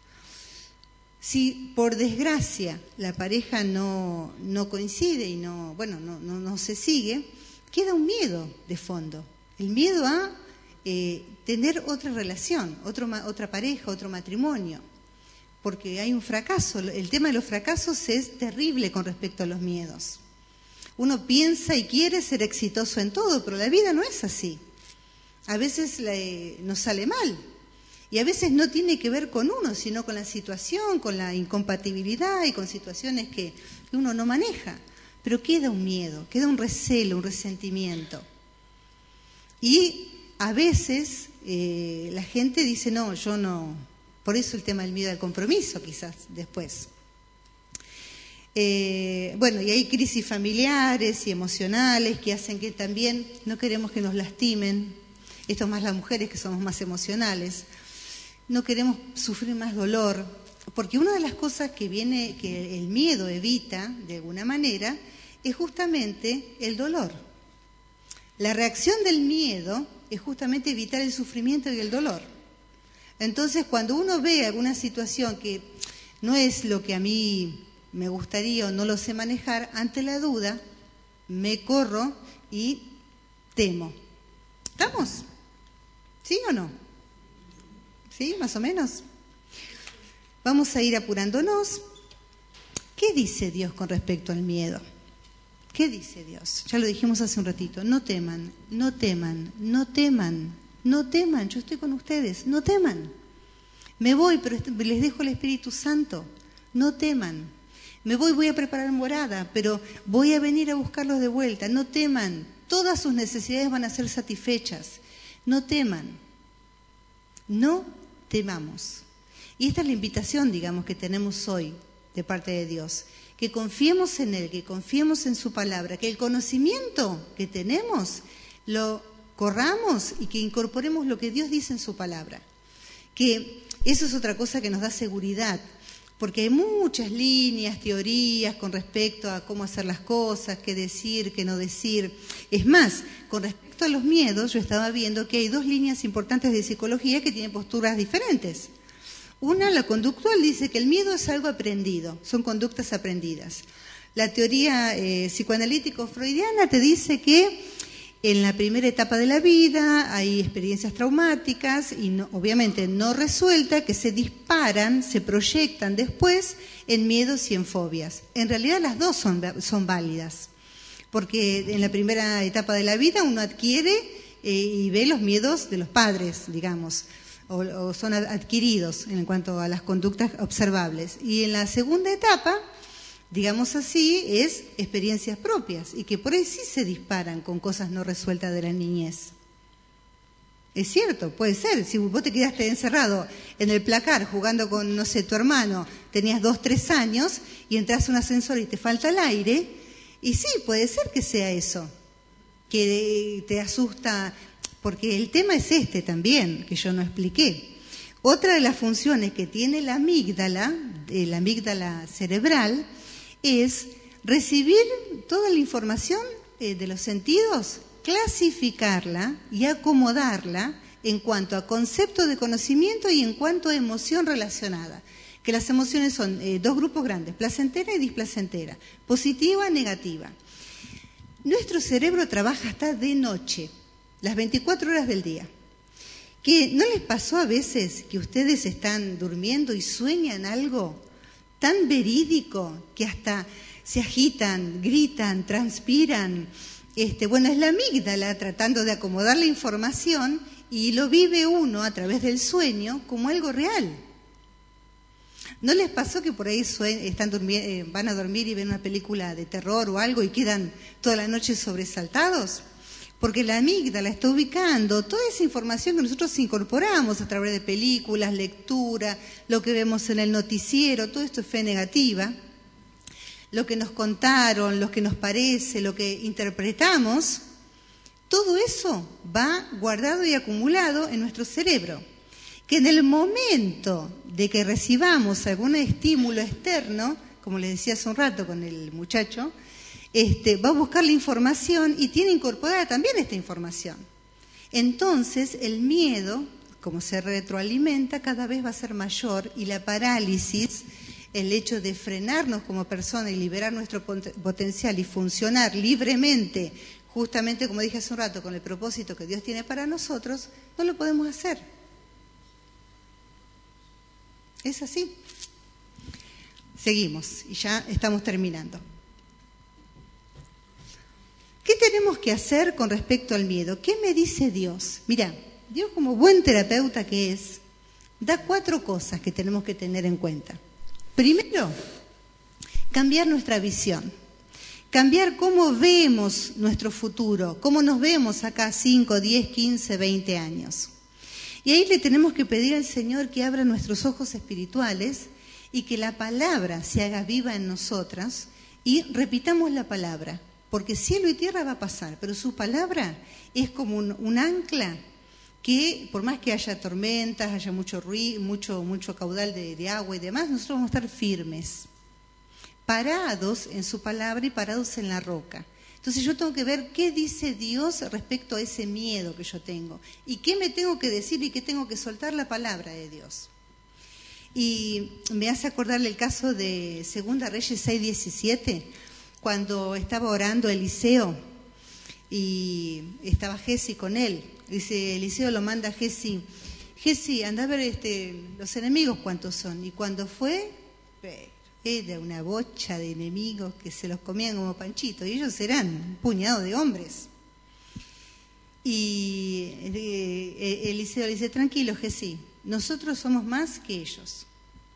Si por desgracia la pareja no, no coincide y no, bueno, no, no, no se sigue, queda un miedo de fondo. El miedo a eh, tener otra relación, otro, otra pareja, otro matrimonio. Porque hay un fracaso. El tema de los fracasos es terrible con respecto a los miedos. Uno piensa y quiere ser exitoso en todo, pero la vida no es así. A veces le, nos sale mal. Y a veces no tiene que ver con uno, sino con la situación, con la incompatibilidad y con situaciones que uno no maneja. Pero queda un miedo, queda un recelo, un resentimiento. Y a veces eh, la gente dice, no, yo no. Por eso el tema del miedo al compromiso, quizás después. Eh, bueno, y hay crisis familiares y emocionales que hacen que también no queremos que nos lastimen. Esto más las mujeres que somos más emocionales. No queremos sufrir más dolor, porque una de las cosas que viene, que el miedo evita de alguna manera, es justamente el dolor. La reacción del miedo es justamente evitar el sufrimiento y el dolor. Entonces, cuando uno ve alguna situación que no es lo que a mí me gustaría o no lo sé manejar, ante la duda, me corro y temo. ¿Estamos? ¿Sí o no? ¿Sí? Más o menos. Vamos a ir apurándonos. ¿Qué dice Dios con respecto al miedo? ¿Qué dice Dios? Ya lo dijimos hace un ratito. No teman, no teman, no teman, no teman. Yo estoy con ustedes, no teman. Me voy, pero les dejo el Espíritu Santo. No teman. Me voy, voy a preparar morada, pero voy a venir a buscarlos de vuelta. No teman. Todas sus necesidades van a ser satisfechas. No teman. No temamos. Y esta es la invitación, digamos, que tenemos hoy de parte de Dios. Que confiemos en Él, que confiemos en su palabra, que el conocimiento que tenemos lo corramos y que incorporemos lo que Dios dice en su palabra. Que eso es otra cosa que nos da seguridad, porque hay muchas líneas, teorías con respecto a cómo hacer las cosas, qué decir, qué no decir. Es más, con respecto a los miedos, yo estaba viendo que hay dos líneas importantes de psicología que tienen posturas diferentes. Una, la conductual, dice que el miedo es algo aprendido, son conductas aprendidas. La teoría eh, psicoanalítico-freudiana te dice que en la primera etapa de la vida hay experiencias traumáticas y no, obviamente no resueltas que se disparan, se proyectan después en miedos y en fobias. En realidad las dos son, son válidas, porque en la primera etapa de la vida uno adquiere eh, y ve los miedos de los padres, digamos, o, o son adquiridos en cuanto a las conductas observables. Y en la segunda etapa, digamos así, es experiencias propias y que por ahí sí se disparan con cosas no resueltas de la niñez. Es cierto, puede ser. Si vos te quedaste encerrado en el placar jugando con, no sé, tu hermano, tenías dos, tres años y entras a un ascensor y te falta el aire, y sí, puede ser que sea eso, que te asusta, porque el tema es este también, que yo no expliqué. Otra de las funciones que tiene la amígdala, la amígdala cerebral, es recibir toda la información eh, de los sentidos, clasificarla y acomodarla en cuanto a concepto de conocimiento y en cuanto a emoción relacionada. Que las emociones son eh, dos grupos grandes, placentera y displacentera, positiva y negativa. Nuestro cerebro trabaja hasta de noche, las veinticuatro horas del día. ¿Que no les pasó a veces que ustedes están durmiendo y sueñan algo tan verídico que hasta se agitan, gritan, transpiran? Este, bueno, es la amígdala tratando de acomodar la información y lo vive uno a través del sueño como algo real. ¿No les pasó que por ahí están eh, van a dormir y ven una película de terror o algo y quedan toda la noche sobresaltados? Porque la amígdala está ubicando toda esa información que nosotros incorporamos a través de películas, lectura, lo que vemos en el noticiero, todo esto es fe negativa, lo que nos contaron, lo que nos parece, lo que interpretamos, todo eso va guardado y acumulado en nuestro cerebro, que en el momento de que recibamos algún estímulo externo, como les decía hace un rato con el muchacho, Este, va a buscar la información y tiene incorporada también esta información. Entonces, el miedo, como se retroalimenta, cada vez va a ser mayor y la parálisis, el hecho de frenarnos como persona y liberar nuestro potencial y funcionar libremente, justamente como dije hace un rato, con el propósito que Dios tiene para nosotros, no lo podemos hacer. Es así. Seguimos y ya estamos terminando. ¿Qué tenemos que hacer con respecto al miedo? ¿Qué me dice Dios? Mirá, Dios como buen terapeuta que es, da cuatro cosas que tenemos que tener en cuenta. Primero, cambiar nuestra visión. Cambiar cómo vemos nuestro futuro, cómo nos vemos acá cinco, diez, quince, veinte años. Y ahí le tenemos que pedir al Señor que abra nuestros ojos espirituales y que la palabra se haga viva en nosotras y repitamos la palabra. Porque cielo y tierra va a pasar, pero su palabra es como un, un ancla que, por más que haya tormentas, haya mucho ruido, mucho, mucho caudal de, de agua y demás, nosotros vamos a estar firmes, parados en su palabra y parados en la roca. Entonces yo tengo que ver qué dice Dios respecto a ese miedo que yo tengo y qué me tengo que decir y qué tengo que soltar la palabra de Dios. Y me hace acordarle el caso de Segunda Reyes seis diecisiete, cuando estaba orando Eliseo y estaba Giezi con él. Dice, Eliseo lo manda a Giezi, Giezi, anda a ver este, los enemigos cuántos son. Y cuando fue, era una bocha de enemigos que se los comían como panchitos, y ellos eran un puñado de hombres. Y eh, Eliseo le dice, tranquilo, Giezi, nosotros somos más que ellos.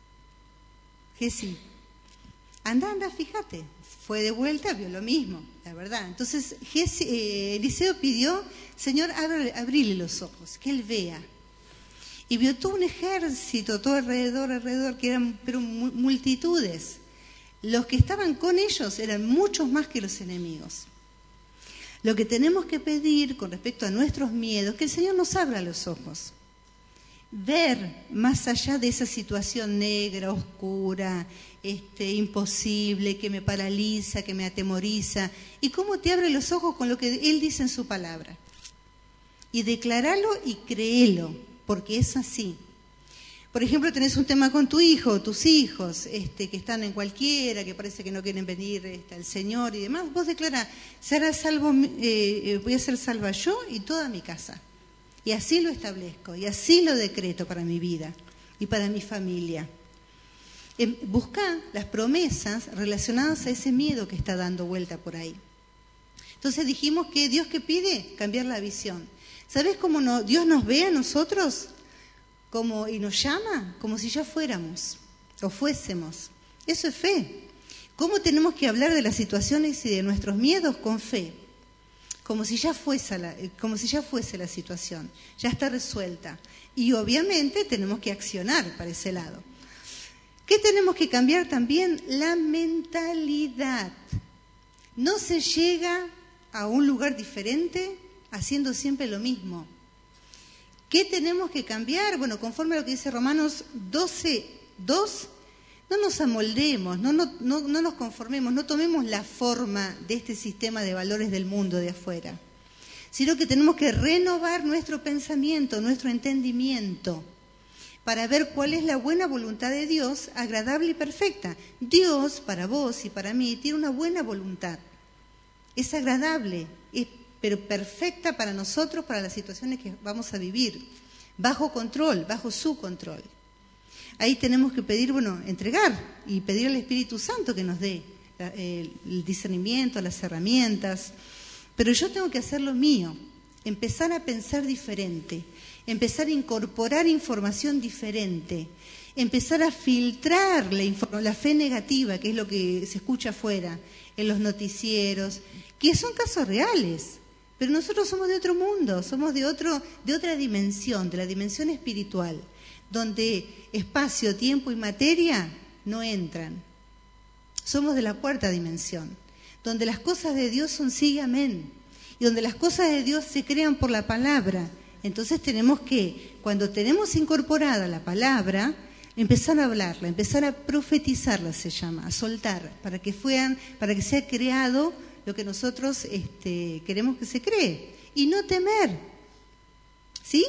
Giezi, anda, anda, fíjate. Fue de vuelta, vio lo mismo, la verdad. Entonces Giezi, eh, Eliseo pidió, Señor, ábrale, abrile los ojos, que él vea. Y vio todo un ejército, todo alrededor, alrededor, que eran pero multitudes. Los que estaban con ellos eran muchos más que los enemigos. Lo que tenemos que pedir con respecto a nuestros miedos, que el Señor nos abra los ojos. Ver más allá de esa situación negra, oscura, este, imposible, que me paraliza, que me atemoriza. Y cómo te abre los ojos con lo que Él dice en su palabra. Y declaralo y créelo, porque es así. Por ejemplo, tenés un tema con tu hijo, tus hijos, este, que están en cualquiera, que parece que no quieren venir este, al Señor y demás. Vos declará, será salvo, eh, voy a ser salva yo y toda mi casa. Y así lo establezco, y así lo decreto para mi vida y para mi familia. Eh, buscá las promesas relacionadas a ese miedo que está dando vuelta por ahí. Entonces dijimos que Dios que pide, cambiar la visión. ¿Sabés cómo no, Dios nos ve a nosotros? Como, y nos llama como si ya fuéramos o fuésemos. Eso es fe. ¿Cómo tenemos que hablar de las situaciones y de nuestros miedos? Con fe. Como si ya fuese la, como si ya fuese la situación. Ya está resuelta. Y obviamente tenemos que accionar para ese lado. ¿Qué tenemos que cambiar también? La mentalidad. No se llega a un lugar diferente haciendo siempre lo mismo. ¿Qué tenemos que cambiar? Bueno, conforme a lo que dice Romanos doce, dos, no nos amoldemos, no, no, no, no nos conformemos, no tomemos la forma de este sistema de valores del mundo de afuera, sino que tenemos que renovar nuestro pensamiento, nuestro entendimiento, para ver cuál es la buena voluntad de Dios, agradable y perfecta. Dios, para vos y para mí, tiene una buena voluntad. Es agradable, es pero perfecta para nosotros, para las situaciones que vamos a vivir, bajo control, bajo su control. Ahí tenemos que pedir, bueno, entregar y pedir al Espíritu Santo que nos dé el discernimiento, las herramientas, pero yo tengo que hacer lo mío, empezar a pensar diferente, empezar a incorporar información diferente, empezar a filtrar la, la fe negativa, que es lo que se escucha afuera, en los noticieros, que son casos reales. Pero nosotros somos de otro mundo, somos de, otro, de otra dimensión, de la dimensión espiritual, donde espacio, tiempo y materia no entran. Somos de la cuarta dimensión, donde las cosas de Dios son sí y amén, y donde las cosas de Dios se crean por la palabra. Entonces tenemos que, cuando tenemos incorporada la palabra, empezar a hablarla, empezar a profetizarla se llama, a soltar, para que, fueran, para que sea creado lo que nosotros este, queremos que se cree, y no temer. ¿Sí?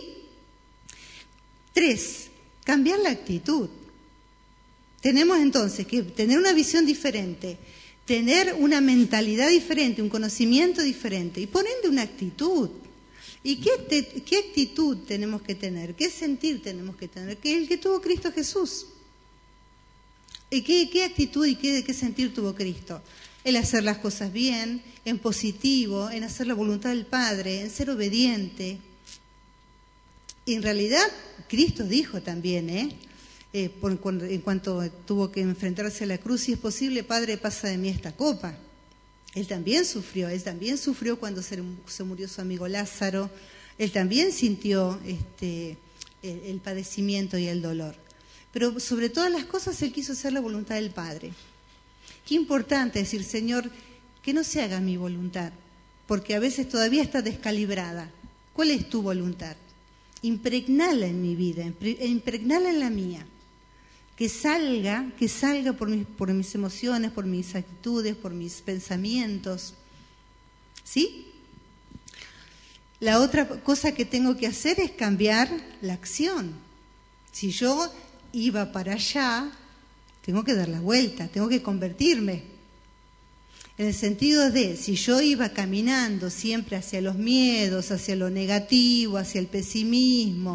Tres, cambiar la actitud. Tenemos entonces que tener una visión diferente, tener una mentalidad diferente, un conocimiento diferente, y por ende una actitud. ¿Y qué, te, qué actitud tenemos que tener? ¿Qué sentir tenemos que tener? Que el que tuvo Cristo Jesús. ¿Y qué, qué actitud y qué, qué sentir tuvo Cristo? El hacer las cosas bien, en positivo, en hacer la voluntad del Padre, en ser obediente. Y en realidad, Cristo dijo también, ¿eh? Eh, por, cuando, en cuanto tuvo que enfrentarse a la cruz, si es posible, Padre, pasa de mí esta copa. Él también sufrió, él también sufrió cuando se, se murió su amigo Lázaro, él también sintió este, el, el padecimiento y el dolor. Pero sobre todas las cosas, él quiso hacer la voluntad del Padre. Qué importante decir, Señor, que no se haga mi voluntad, porque a veces todavía está descalibrada. ¿Cuál es tu voluntad? Impregnala en mi vida, impregnala en la mía. Que salga, que salga por mis, por mis emociones, por mis actitudes, por mis pensamientos. ¿Sí? La otra cosa que tengo que hacer es cambiar la acción. Si yo iba para allá, tengo que dar la vuelta, tengo que convertirme. En el sentido de, si yo iba caminando siempre hacia los miedos, hacia lo negativo, hacia el pesimismo,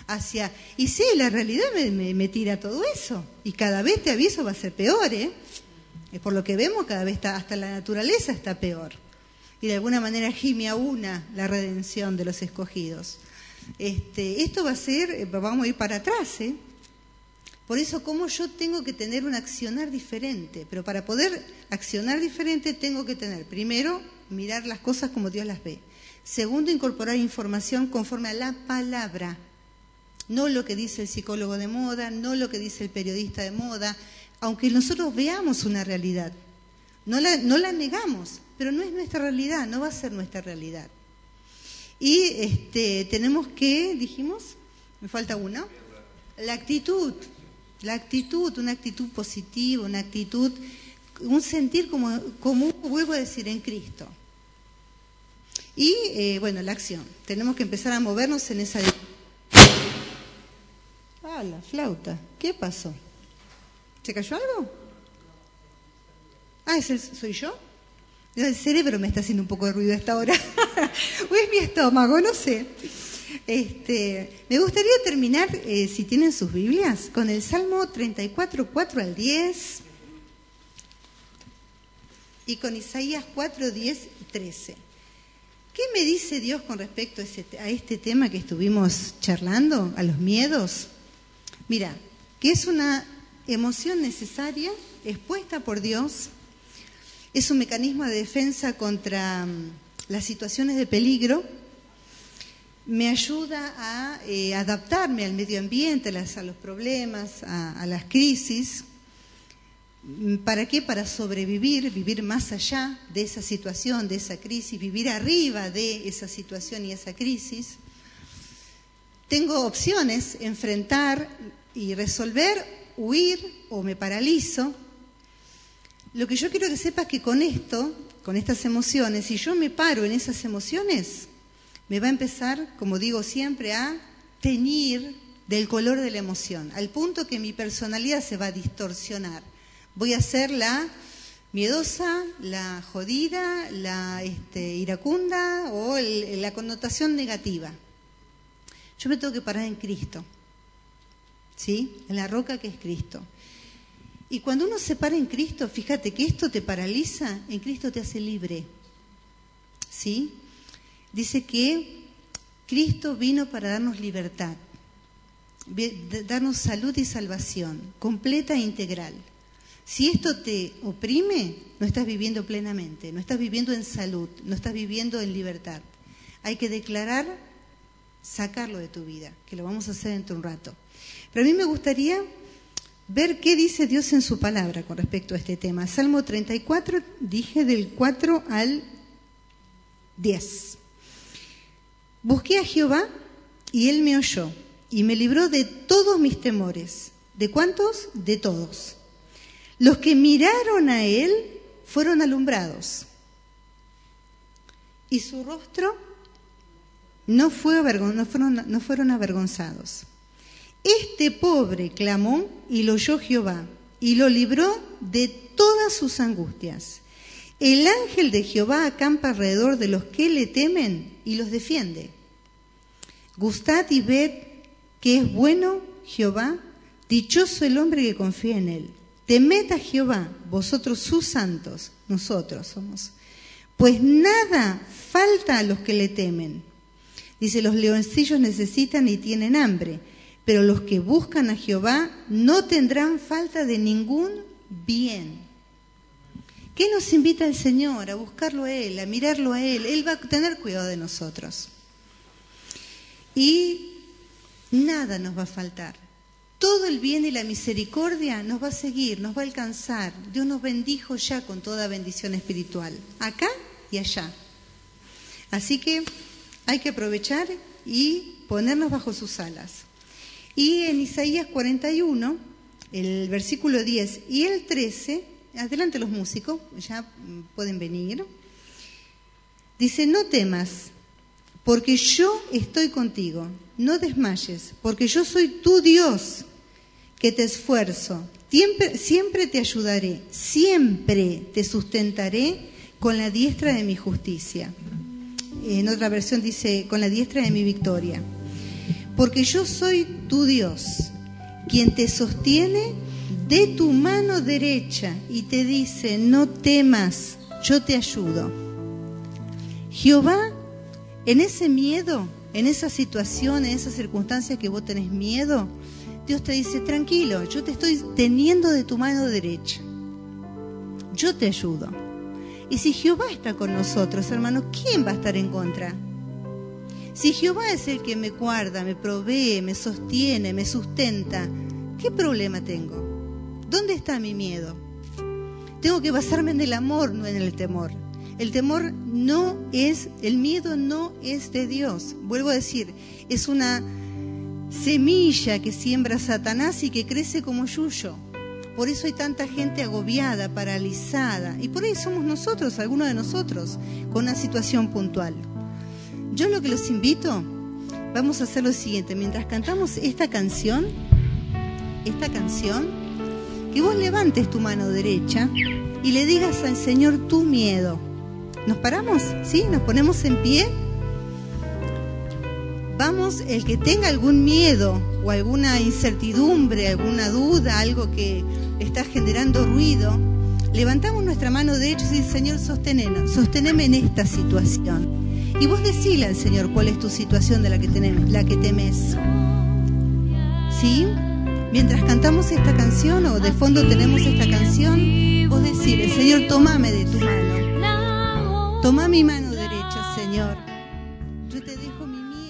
hacia... Y sí, la realidad me, me, me tira todo eso. Y cada vez, te aviso, va a ser peor, ¿eh? Por lo que vemos, cada vez está, hasta la naturaleza está peor. Y de alguna manera gime a una la redención de los escogidos. Este, esto va a ser, vamos a ir para atrás, ¿eh? Por eso, como yo tengo que tener un accionar diferente. Pero para poder accionar diferente, tengo que tener, primero, mirar las cosas como Dios las ve. Segundo, incorporar información conforme a la palabra. No lo que dice el psicólogo de moda, no lo que dice el periodista de moda, aunque nosotros veamos una realidad. No la, no la negamos, pero no es nuestra realidad, no va a ser nuestra realidad. Y este, tenemos que, dijimos, me falta una, la actitud. La actitud, una actitud positiva, una actitud, un sentir como, como vuelvo a decir, en Cristo. Y, eh, bueno, la acción. Tenemos que empezar a movernos en esa... Ah, la flauta. ¿Qué pasó? ¿Se cayó algo? Ah, ¿es el, ¿soy yo? El cerebro me está haciendo un poco de ruido a esta hora. O es mi estómago, no sé. Este, me gustaría terminar, eh, si tienen sus Biblias, con el Salmo treinta y cuatro, cuatro al diez, y con Isaías cuatro, diez y trece. ¿Qué me dice Dios con respecto a, ese, a este tema que estuvimos charlando, a los miedos? Mira, que es una emoción necesaria, expuesta por Dios, es un mecanismo de defensa contra um, las situaciones de peligro. Me ayuda a eh, adaptarme al medio ambiente, a, las, a los problemas, a, a las crisis. ¿Para qué? Para sobrevivir, vivir más allá de esa situación, de esa crisis, vivir arriba de esa situación y esa crisis. Tengo opciones, enfrentar y resolver, huir o me paralizo. Lo que yo quiero que sepas es que con esto, con estas emociones, si yo me paro en esas emociones, me va a empezar, como digo siempre, a teñir del color de la emoción, al punto que mi personalidad se va a distorsionar. Voy a ser la miedosa, la jodida, la este, iracunda o el, la connotación negativa. Yo me tengo que parar en Cristo, ¿sí? En la roca que es Cristo. Y cuando uno se para en Cristo, fíjate que esto te paraliza, en Cristo te hace libre, ¿sí? Dice que Cristo vino para darnos libertad, darnos salud y salvación, completa e integral. Si esto te oprime, no estás viviendo plenamente, no estás viviendo en salud, no estás viviendo en libertad. Hay que declarar, sacarlo de tu vida, que lo vamos a hacer dentro de un rato. Pero a mí me gustaría ver qué dice Dios en su palabra con respecto a este tema. Salmo treinta y cuatro, dije del cuatro al diez. Busqué a Jehová y Él me oyó y me libró de todos mis temores. ¿De cuántos? De todos. Los que miraron a Él fueron alumbrados y su rostro no, fue avergon- no, fueron, no fueron avergonzados. Este pobre clamó y lo oyó Jehová y lo libró de todas sus angustias. El ángel de Jehová acampa alrededor de los que le temen y los defiende. Gustad y ved que es bueno Jehová, dichoso el hombre que confía en él. Temed a Jehová, vosotros sus santos, nosotros somos, pues nada falta a los que le temen. Dice, los leoncillos necesitan y tienen hambre, pero los que buscan a Jehová no tendrán falta de ningún bien. ¿Qué nos invita el Señor? A buscarlo a Él, a mirarlo a Él. Él va a tener cuidado de nosotros. Y nada nos va a faltar. Todo el bien y la misericordia nos va a seguir, nos va a alcanzar. Dios nos bendijo ya con toda bendición espiritual, acá y allá. Así que hay que aprovechar y ponernos bajo sus alas. Y en Isaías cuarenta y uno, el versículo diez y el trece, adelante los músicos, ya pueden venir. Dice, no temas, porque yo estoy contigo. No desmayes, porque yo soy tu Dios, que te esfuerzo. Siempre, siempre te ayudaré, siempre te sustentaré con la diestra de mi justicia. En otra versión dice, con la diestra de mi victoria. porque yo soy tu Dios, quien te sostiene de tu mano derecha y te dice, no temas, yo te ayudo. Jehová, en ese miedo, en esa situación, en esa circunstancia que vos tenés miedo, Dios te dice, tranquilo, yo te estoy teniendo de tu mano derecha. Yo te ayudo. Y si Jehová está con nosotros, hermano, ¿quién va a estar en contra? Si Jehová es el que me guarda, me provee, me sostiene, me sustenta, ¿qué problema tengo? ¿Dónde está mi miedo? Tengo que basarme en el amor, no en el temor. El temor no es, el miedo no es de Dios. Vuelvo a decir, es una semilla que siembra Satanás y que crece como yuyo. Por eso hay tanta gente agobiada, paralizada. Y por ahí somos nosotros, algunos de nosotros, con una situación puntual. Yo lo que los invito, vamos a hacer lo siguiente. Mientras cantamos esta canción, esta canción, que vos levantes tu mano derecha y le digas al Señor tu miedo. ¿Nos paramos? ¿Sí? ¿Nos ponemos en pie? Vamos, el que tenga algún miedo o alguna incertidumbre, alguna duda, algo que está generando ruido, levantamos nuestra mano derecha y decimos, Señor, sosteneme, sosteneme en esta situación. Y vos decile al Señor cuál es tu situación de la que, tenés, la que temes. ¿Sí? Mientras cantamos esta canción o de fondo tenemos esta canción, vos decile, Señor, tomame de tu mano. Toma mi mano derecha, Señor. Yo te dejo mi miedo.